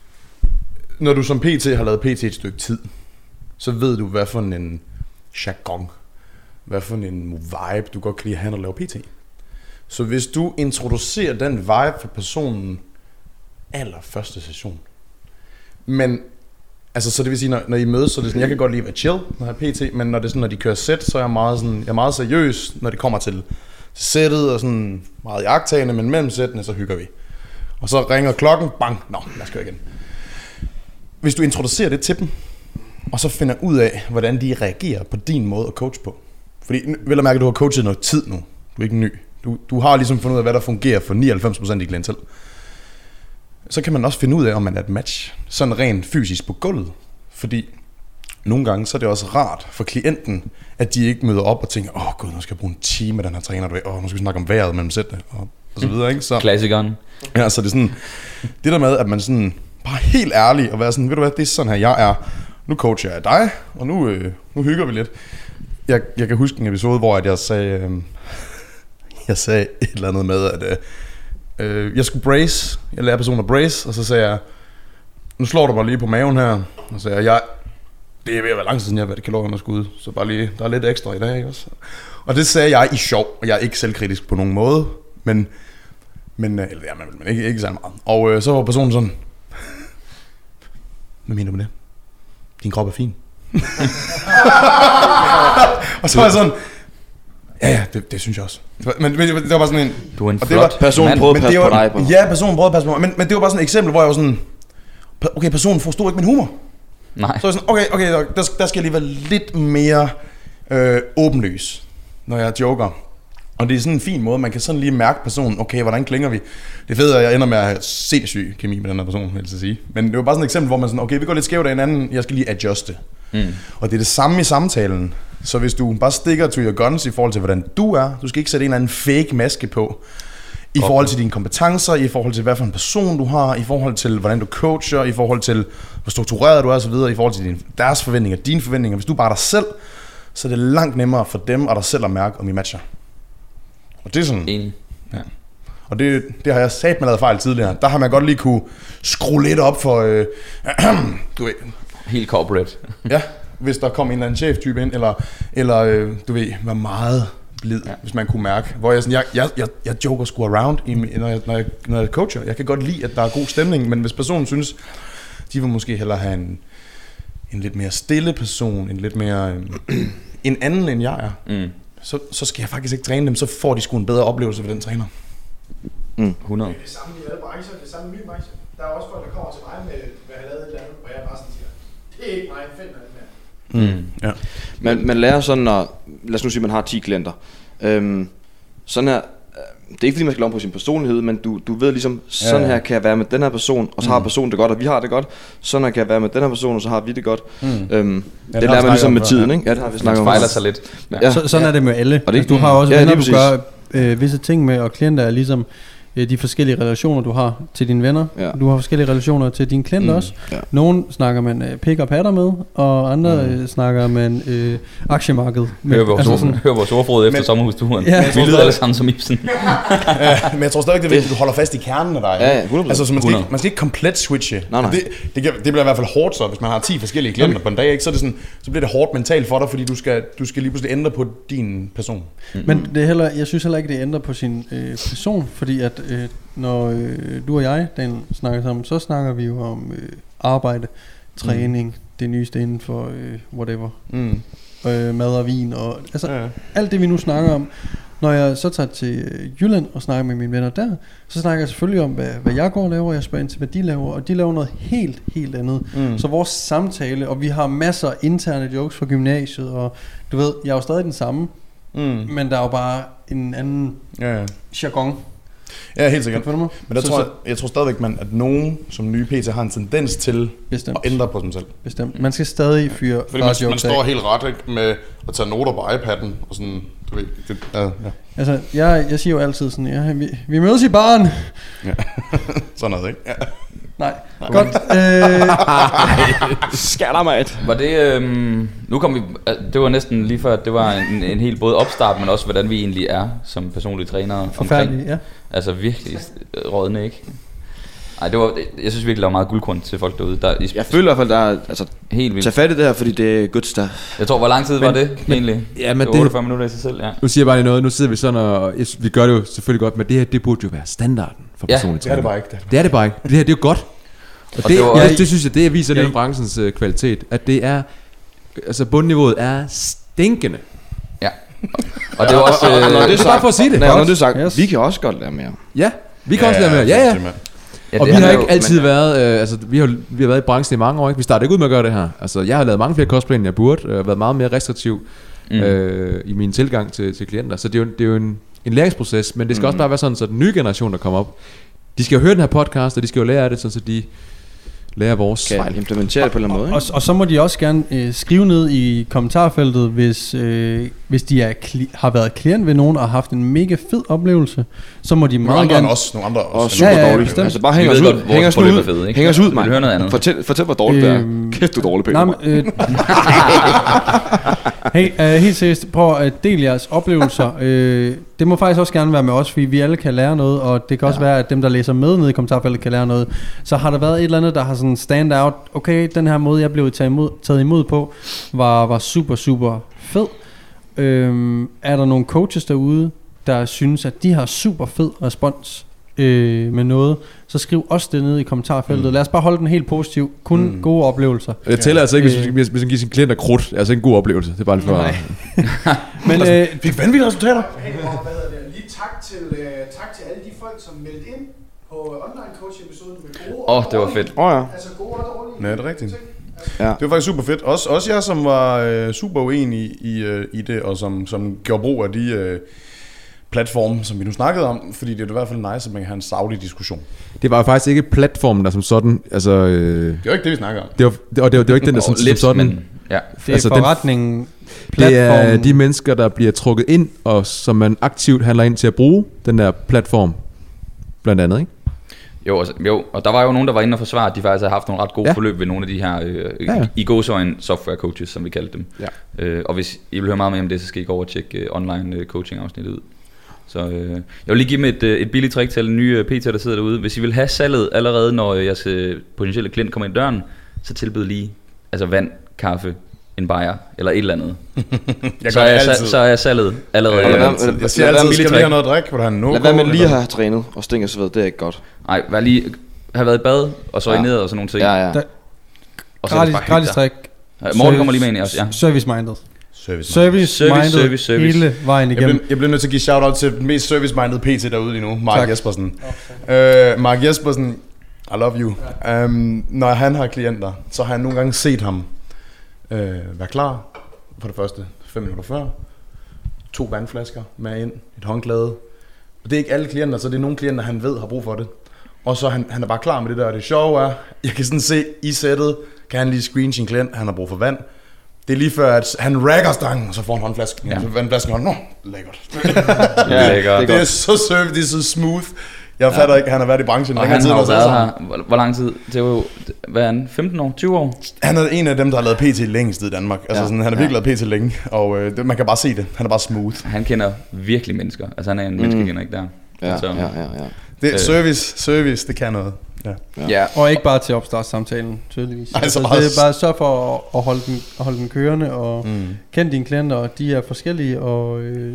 når du som P T har lavet P T et stykke tid, så ved du, hvad for en jargon, hvad for en vibe, du godt kan lide at have, når du laver P T. Så hvis du introducerer den vibe for personen allerførste session, men altså, så det vil sige, når, når I mødes, så er det sådan, jeg kan godt lide at være chill, når jeg er P T, men når det er sådan, når de kører sæt, så er jeg meget sådan, jeg er meget seriøs, når det kommer til, til sættet, og sådan meget iagttagende, men mellem sættene, så hygger vi. Og så ringer klokken, bang, nå, lad os køre igen. Hvis du introducerer det til dem, og så finder ud af, hvordan de reagerer på din måde at coach på. Fordi, vel at mærke, at du har coachet noget tid nu, du er ikke ny. Du, du har ligesom fundet ud af, hvad der fungerer for nioghalvfems procent i klientel. Så kan man også finde ud af, om man er et match, sådan rent fysisk på gulvet. Fordi nogle gange, så er det også rart for klienten, at de ikke møder op og tænker, åh oh, gud, nu skal jeg bruge en time med den her træner, du ved, åh, nu skal vi snakke om vejret mellem sættene, og, og så videre, ikke? Så, Klassikeren. ja, så det er sådan, det der med, at man sådan, bare helt ærlig, og være sådan, ved du hvad, det er sådan her, jeg er. Nu coacher jeg dig, og nu, øh, nu hygger vi lidt. Jeg, jeg kan huske en episode, hvor at jeg sagde, øh, jeg sagde et eller andet med, at øh, øh, jeg skulle brace, jeg lærer personen at brace, og så sagde jeg, nu slår du mig lige på maven her, og så sagde jeg, jeg det er ved at være lang tid siden, jeg har været kalorieunderskud, så bare lige, der er lidt ekstra i dag, ikke også? Og det sagde jeg i sjov, og jeg er ikke selvkritisk på nogen måde, men, men, eller, ja, men, men ikke, ikke særlig meget. Og øh, så var personen sådan, hvad mener du med det? Din krop er fin. Og så var jeg sådan, ja ja, det, det synes jeg også. Men, men det var bare sådan en... Du er en og flot det var, personen mand. prøvede men at passe det på var, dig på. Ja, personen prøvede at passe på mig. Men, men det var bare sådan et eksempel, hvor jeg var sådan... Okay, personen forstod ikke min humor. Nej. Så var jeg sådan, okay, okay, der, der skal jeg lige være lidt mere øh, åbenløs, når jeg joker. Og det er sådan en fin måde, man kan sådan lige mærke personen, okay, hvordan klinger vi? Det fede er, at jeg ender med at have sindssyg kemi med den her person, vil jeg sige. Men det var bare sådan et eksempel, hvor man sådan, okay, vi går lidt skævt af hinanden, jeg skal lige adjuste. Mm. Og det er det samme i samtalen. Så hvis du bare stikker to your guns i forhold til, hvordan du er, du skal ikke sætte en eller anden fake maske på, i forhold til dine kompetencer, i forhold til, hvad for en person du har, i forhold til, hvordan du coacher, i forhold til, hvor struktureret du er, og så videre, i forhold til din, deres forventninger, dine forventninger. Hvis du bare er dig selv, så er det langt nemmere for dem og dig selv at mærke, om I matcher. Og det er sådan... Enig. Ja. Og det, det har jeg sat med lavet fejl tidligere. Der har man godt lige kunne skrue lidt op for... Øh, du ved... Helt corporate. Ja, hvis der kom en eller anden cheftype ind, eller, eller øh, du ved, var meget blid, ja. Hvis man kunne mærke. Hvor jeg sådan, jeg, jeg, jeg, jeg joker sgu around, i, når, jeg, når, jeg, når jeg coacher. Jeg kan godt lide, at der er god stemning, men hvis personen synes, de vil måske hellere have en, en lidt mere stille person, en lidt mere... Øh, en anden, end jeg er. Mm. Så, så skal jeg faktisk ikke træne dem, så får de sgu en bedre oplevelse ved den træner. Mm. hundrede. Det er samme i alle brancher, det er samme i min branche. Der er også folk, der kommer til mig med, hvad jeg har lavet et eller andet, hvor jeg bare sådan siger, det er ikke mig, find med det mere. Mm. Ja. Man, man lærer sådan, når, lad os nu sige, man har ti klienter. Øhm, sådan her, det er ikke fordi, man skal lave på sin personlighed, men du, du ved ligesom, sådan her kan jeg være med den her person, og så mm. har personen det godt, og vi har det godt. Sådan her kan jeg være med den her person, og så har vi det godt. Mm. Øhm, ja, det lærer man ligesom med tiden, ikke? Ja, det har vi snakket om. Man fejler sig lidt. Ja. Så, sådan ja. Er det med alle. Og det, altså, du har også ja, venner, du gør øh, visse ting med, og klienter er ligesom øh, de forskellige relationer, du har til dine venner. Ja. Du har forskellige relationer til dine klienter mm. også. Ja. Nogle snakker man øh, pick og patter med, og andre mm. øh, snakker man øh, aktiemarked med. Hør vores, altså hør vores ordforråd efter men, sommerhusturen. Ja. Vi lyder alle sammen som Ibsen. Ja, men jeg tror stadig, det er vigtigt, at du holder fast i kernen af dig. Ja, ja, hundrede procent. Altså, så man skal, ikke, man skal ikke komplet switche. Nej, nej. Det, det, kan, det bliver i hvert fald hårdt så, hvis man har ti forskellige klienter på en dag, ikke? Så, er det sådan, så bliver det hårdt mentalt for dig, fordi du skal, du skal lige pludselig ændre på din person. Mm. Men det er heller, jeg synes heller ikke, det ændrer på sin øh, person, fordi at øh, når øh, du og jeg, Daniel, snakker sammen, så snakker vi jo om øh, arbejde, træning, mm. det nyeste inden for øh, whatever, Mm. øh, mad og vin, og altså Ja, ja. alt det vi nu snakker om. Når jeg så tager til øh, Jylland og snakker med mine venner der, så snakker jeg selvfølgelig om, hvad, hvad jeg går og laver, og jeg spørger ind til, hvad de laver, og de laver noget helt, helt andet. Mm. Så vores samtale, og vi har masser af interne jokes fra gymnasiet, og du ved, jeg er jo stadig den samme, Mm. men der er jo bare en anden Ja, ja. jargon. Ja, helt sikkert. Kan du mig? Men der Så- tror så- jeg, jeg tror stadigvæk, man, at nogen som nye P T har en tendens til Bestemt. at ændre på sig selv. Bestemt. Man skal stadig fyre Fordi man, far man jokes står af. helt ret, ikke, med at tage noter på iPad'en og sådan, du ved, det, ja, ja. Altså, jeg, jeg siger jo altid sådan, ja, vi, vi mødes i baren. Sådan noget, ikke? Ja. Nej, godt. Øh, Skatter mig et. Var det, øhm, nu kom vi, altså, det var næsten lige før, at det var en, en helt både opstart, men også hvordan vi egentlig er som personlige trænere. Forfærdeligt, ja. Altså virkelig rådne, ikke? Ej, det var, jeg synes virkelig, der var meget guldkorn til folk derude. Der, i, Jeg føler i hvert fald, der er, altså, helt vildt. tag fat i det her, fordi det er good stuff. Jeg tror, hvor lang tid var det men- egentlig? Ja, men det var det- otteogfyrre minutter i sig selv, ja. Nu siger jeg bare lige noget. Nu sidder vi sådan, og jeg synes, vi gør det jo selvfølgelig godt, men det her, det burde jo være standarden for Ja, personlige Det er det træner. bare ikke. Det. Det er det bare ikke. Det her, det er jo godt. Og, Og det, det var- jeg, det synes jeg, det viser Jeg- den branchens uh, kvalitet. At det er, altså bundniveauet er stinkende. Ja. Og det var også... Og- og- og når Øh, det er bare for at sige det. Nej, når Godt. det er sagt, Yes. vi kan også godt lære mere. Ja, vi kan også lade med. Ja, ja. ja, Og det vi handler har jo- ikke altid men- været, øh, altså vi har, vi har været i branchen i mange år, ikke? Vi startede ikke ud med at gøre det her. Altså jeg har lavet mange flere kostplaner, end jeg burde, øh, været meget mere restriktiv Mm. øh, i min tilgang til, til klienter. Så det er jo, det er jo en, en læringsproces, men det skal mm. også bare være sådan, så den nye generation, der kommer op, de skal jo høre den her podcast, og de skal jo lære af det, sådan, så de lærer vores Kan fejl. implementere det på en eller anden måde. Og, og så må de også gerne øh, skrive ned i kommentarfeltet, hvis, øh, hvis de er kli- har været klient ved nogen og har haft en mega fed oplevelse, så må de Nogle meget andre gerne... end os. Nogle andre Og også. super Ja, ja, ja, dårligt. bestemt. Altså bare Vi hæng os ved ud. godt, vores Hæng os forløb ud. er fede, ikke? Hæng os ud, Vil du mand. høre noget andet? Fortæl, fortæl, hvor dårligt det Øhm, er. Kæft, du er dårlig, Nej, Peter. men, øh, hey, uh, helt seriøst, prøv at dele jeres oplevelser. uh, det må faktisk også gerne være med os, fordi vi alle kan lære noget, og det kan også være, at dem, der læser med nede i kommentarfeltet, kan lære noget. Så har der været et eller andet, der har sådan stand out. Okay, den her måde, jeg blev taget imod, taget imod på, var, var super, super fed. Øhm, er der nogle coaches derude, der synes, at de har super fed respons øh, med noget, så skriv også det nede i kommentarfeltet. Mm. Lad os bare holde den helt positiv. Kun mm. gode oplevelser. Jeg tæller altså ikke, hvis, Øh. hvis, hvis man giver sin klienter krudt. Det er altså ikke en god oplevelse. Det er bare lige for... Nej. Men øh, Fik vanvittige resultater. Hey, og hvad hedder det? Lige tak til, uh, tak til alle de folk, som meldte ind på online coach episoden med gode Åh, og det var dårlige. fedt. Åh ja. Altså gode og dårlige. Ja, det er rigtigt. ting. Ja. Det var faktisk super fedt. Også, også jeg, som var øh, super uenig i, i, øh, i det, og som, som gjorde brug af de øh, platforme, som vi nu snakkede om, fordi det er i hvert fald nice, at man kan have en saglig diskussion. Det var faktisk ikke platformen, der som sådan... Altså, øh, Det var ikke det, vi snakker om. det var, det, og det var, det var ikke den, der som, Og som lidt, sådan... men ja. det er Altså, altså, den- forretningen, Det er platformen. de mennesker, der bliver trukket ind, og som man aktivt handler ind til at bruge den der platform, blandt andet, ikke? Jo, altså, jo, og der var jo nogen, der var inde og forsvare, at de faktisk havde haft nogle ret gode Ja. ja. forløb ved nogle af de her øh, Ja, ja. i gåseøjne software coaches, som vi kaldte dem. Ja. Øh, og hvis I vil høre meget mere om det, så skal I gå over og tjekke øh, online øh, coaching afsnittet ud. Så øh, jeg vil lige give dem et, øh, et billigt trick til alle nye øh, P T'er, der sidder derude. Hvis I vil have salget allerede, når jeres øh, potentielle klient kommer ind i døren, så tilbyd lige altså vand, kaffe, en bajer eller et eller andet. Jeg så, gør er, det så, altid. så er salget allerede. Og lad Øh, være- Altid. lad- Jeg siger lad være altid, med skal lige vi have træk. noget at drikke? Vil du have en no Lad være med lige at have trænet og stinke sved. Det er ikke godt. Nej, vær lige have været i bad og så Ja. ja. ned og sådan nogle ting. Ja, ja. Der- Og så er det gratis, bare gratis hygge træk. dig. Ja, Morten kommer lige med ind i os, ja. Service-minded. Service. Service-minded Service, service, service. hele vejen Jeg igennem. bliver, jeg bliver nødt til at give shout-out til den mest service-minded P T derude lige nu, Mark Tak. Jespersen. Okay. Øh, Mark Jespersen, I love you. Um, når han har klienter, så har jeg nogle gange set ham øh, være klar for det første fem minutter før. To vandflasker med ind, et håndklæde. Og det er ikke alle klienter, så det er nogle klienter, han ved har brug for det. Og så han, han er bare klar med det der. Og det sjove er, jeg kan sådan se i sættet, kan han lige screene sin klient, han har brug for vand. Det er lige før, at han rækker stangen, og så får han håndflasken. Ja. Ja. Vandflasken, og nå, lækkert. Ja, Lækker. det er Det er godt. så surf, det er så smooth. Jeg fatter ikke, han har været i branchen Og længere han tid. har jo end os alle været sammen. her, hvor, hvor lang tid? Det var jo, hvad er han, femten år, tyve år? Han er en af dem, der har lavet P T længst i Danmark. Altså, Ja. sådan, han har virkelig lavet P T længe, og øh, det, man kan bare se det. Han er bare smooth. Han kender virkelig mennesker. Altså han er en mm. menneskekender, der. Ja, Så, ja, ja, ja. Det, Øh. service, service, det kan noget. Ja. Ja. Og ikke bare til opstartssamtalen, tydeligvis. Ej, Altså, så det også- er bare sørg for at, at holde, den, at holde den kørende, og Mm. kend dine klienter, og de er forskellige, og øh,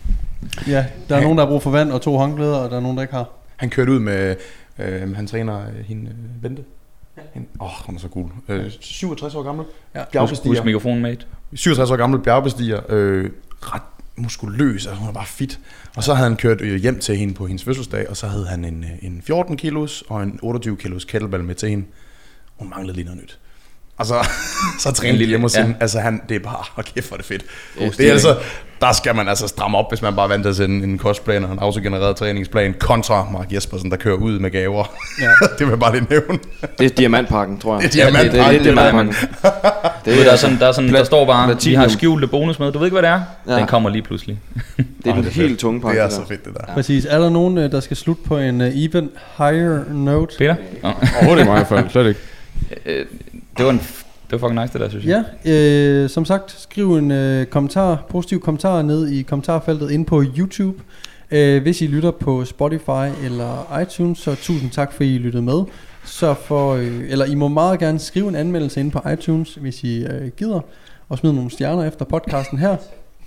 ja, der er nogen, der har brug for vand og to håndklæder, og der er nogen, der ikke har. Han kørte ud med, øh, han træner øh, hende, øh, Bente. Åh, oh, hun er så cool. Øh, syvogtres år gammel. Ja. husk, Bjergbestiger. husk mikrofonen, mate. syvogtres år gammel bjergbestiger. Øh, ret muskuløs, altså hun er bare fit. Og så havde han kørt øh, hjem til hende på hendes fødselsdag, og så havde han en, øh, en fjorten kilos og en otteogtyve kilos kettlebell med til hende. Hun manglede lige noget nyt. Og så, så En trænede de lille- hjemme hos ja. hende. Altså han, det er bare, hold kæft, hvor er det fedt. God Det stil, er altså, der skal man altså stramme op, hvis man bare venter til en, en kostplan og en autogenereret træningsplan, kontra Mark Jespersen, der kører ud med gaver. Ja. Det vil jeg bare lige nævne. Det er diamantpakken, tror jeg. Det er Ja, det- Det er det- lidt det er diamantpakken. Du ved, der, er sådan, der, er sådan, der står bare, vi Platinum. har skjulte bonus med. Du ved ikke, hvad det er? Ja. Den kommer lige pludselig. Det er Åh, den det er helt fedt. tunge pakke. Det er der. så fedt, det der. Præcis. Er der nogen, øh, der skal slutte på en uh, even higher note? Peter? Nå. Overhovedet ikke mig i hvert fald, slet ikke. Øh, det var en f- det var fucking nice, det der, synes jeg. Ja, øh, som sagt, skriv en øh, kommentar, positiv kommentar ned i kommentarfeltet inde på YouTube. Øh, hvis I lytter på Spotify eller iTunes, så tusind tak, for I lyttede med. Så for, øh, eller I må meget gerne skrive en anmeldelse inde på iTunes, hvis I øh, gider, og smide nogle stjerner efter podcasten her.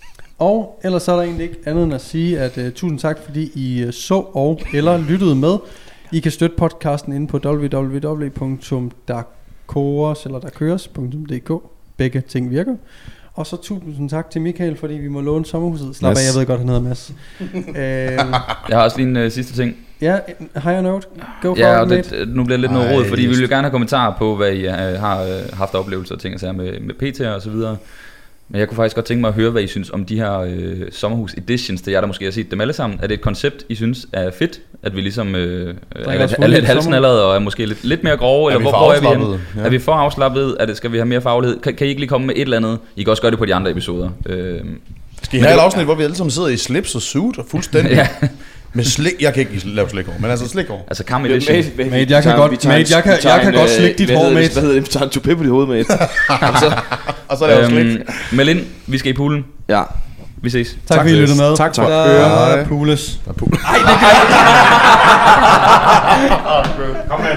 Og ellers så er der egentlig ikke andet end at sige, at uh, tusind tak, fordi I uh, så og eller lyttede med. I kan støtte podcasten inde på w w w punktum dakores eller dakøres punktum d k. Begge ting virker. Og så tusind tak til Michael, fordi vi må låne sommerhuset. Slap Yes. af, jeg ved godt, han hedder Mads. øhm, Jeg har også lige en uh, sidste ting. ja, higher note. Go for Ja, it, og mate. det, nu bliver det lidt noget Ej, råd, fordi vi just. vil jo gerne have kommentarer på, hvad I uh, har uh, haft oplevelser og ting og sager med, med P T'er og så videre. Men jeg kunne faktisk godt tænke mig at høre, hvad I synes om de her øh, sommerhus editions. Det er jeg, der måske har set dem alle sammen. Er det et koncept, I synes er fedt? At vi ligesom øh, er, os lidt, er fulde lidt i halsnallerede og er måske lidt, lidt mere grove? Er Eller vi hvor, for hvor er vi henne? afslappede? Ja. Er vi for afslappet? Er det, skal vi have mere faglighed? Kan, kan I ikke lige komme med et eller andet? I kan også gøre det på de andre episoder. Øh, Skal I Men have det- et afsnit, hvor vi alle sammen sidder i slips og suit og fuldstændig ja, med slik? Jeg kan ikke lave slikhår, men altså slikhår. altså Cam Edition. Mate, jeg kan godt- mate, jeg kan- jeg kan godt slikke dit hår, mate. Hvad hedder det? Vi tager en tupé på dit hoved, mate. Og så er det jo slik. Øhm, meld ind, vi skal i poolen. Ja. Vi ses. Tak, fordi I lyttede med. Tak for Der ører. er Pules. Der er pu-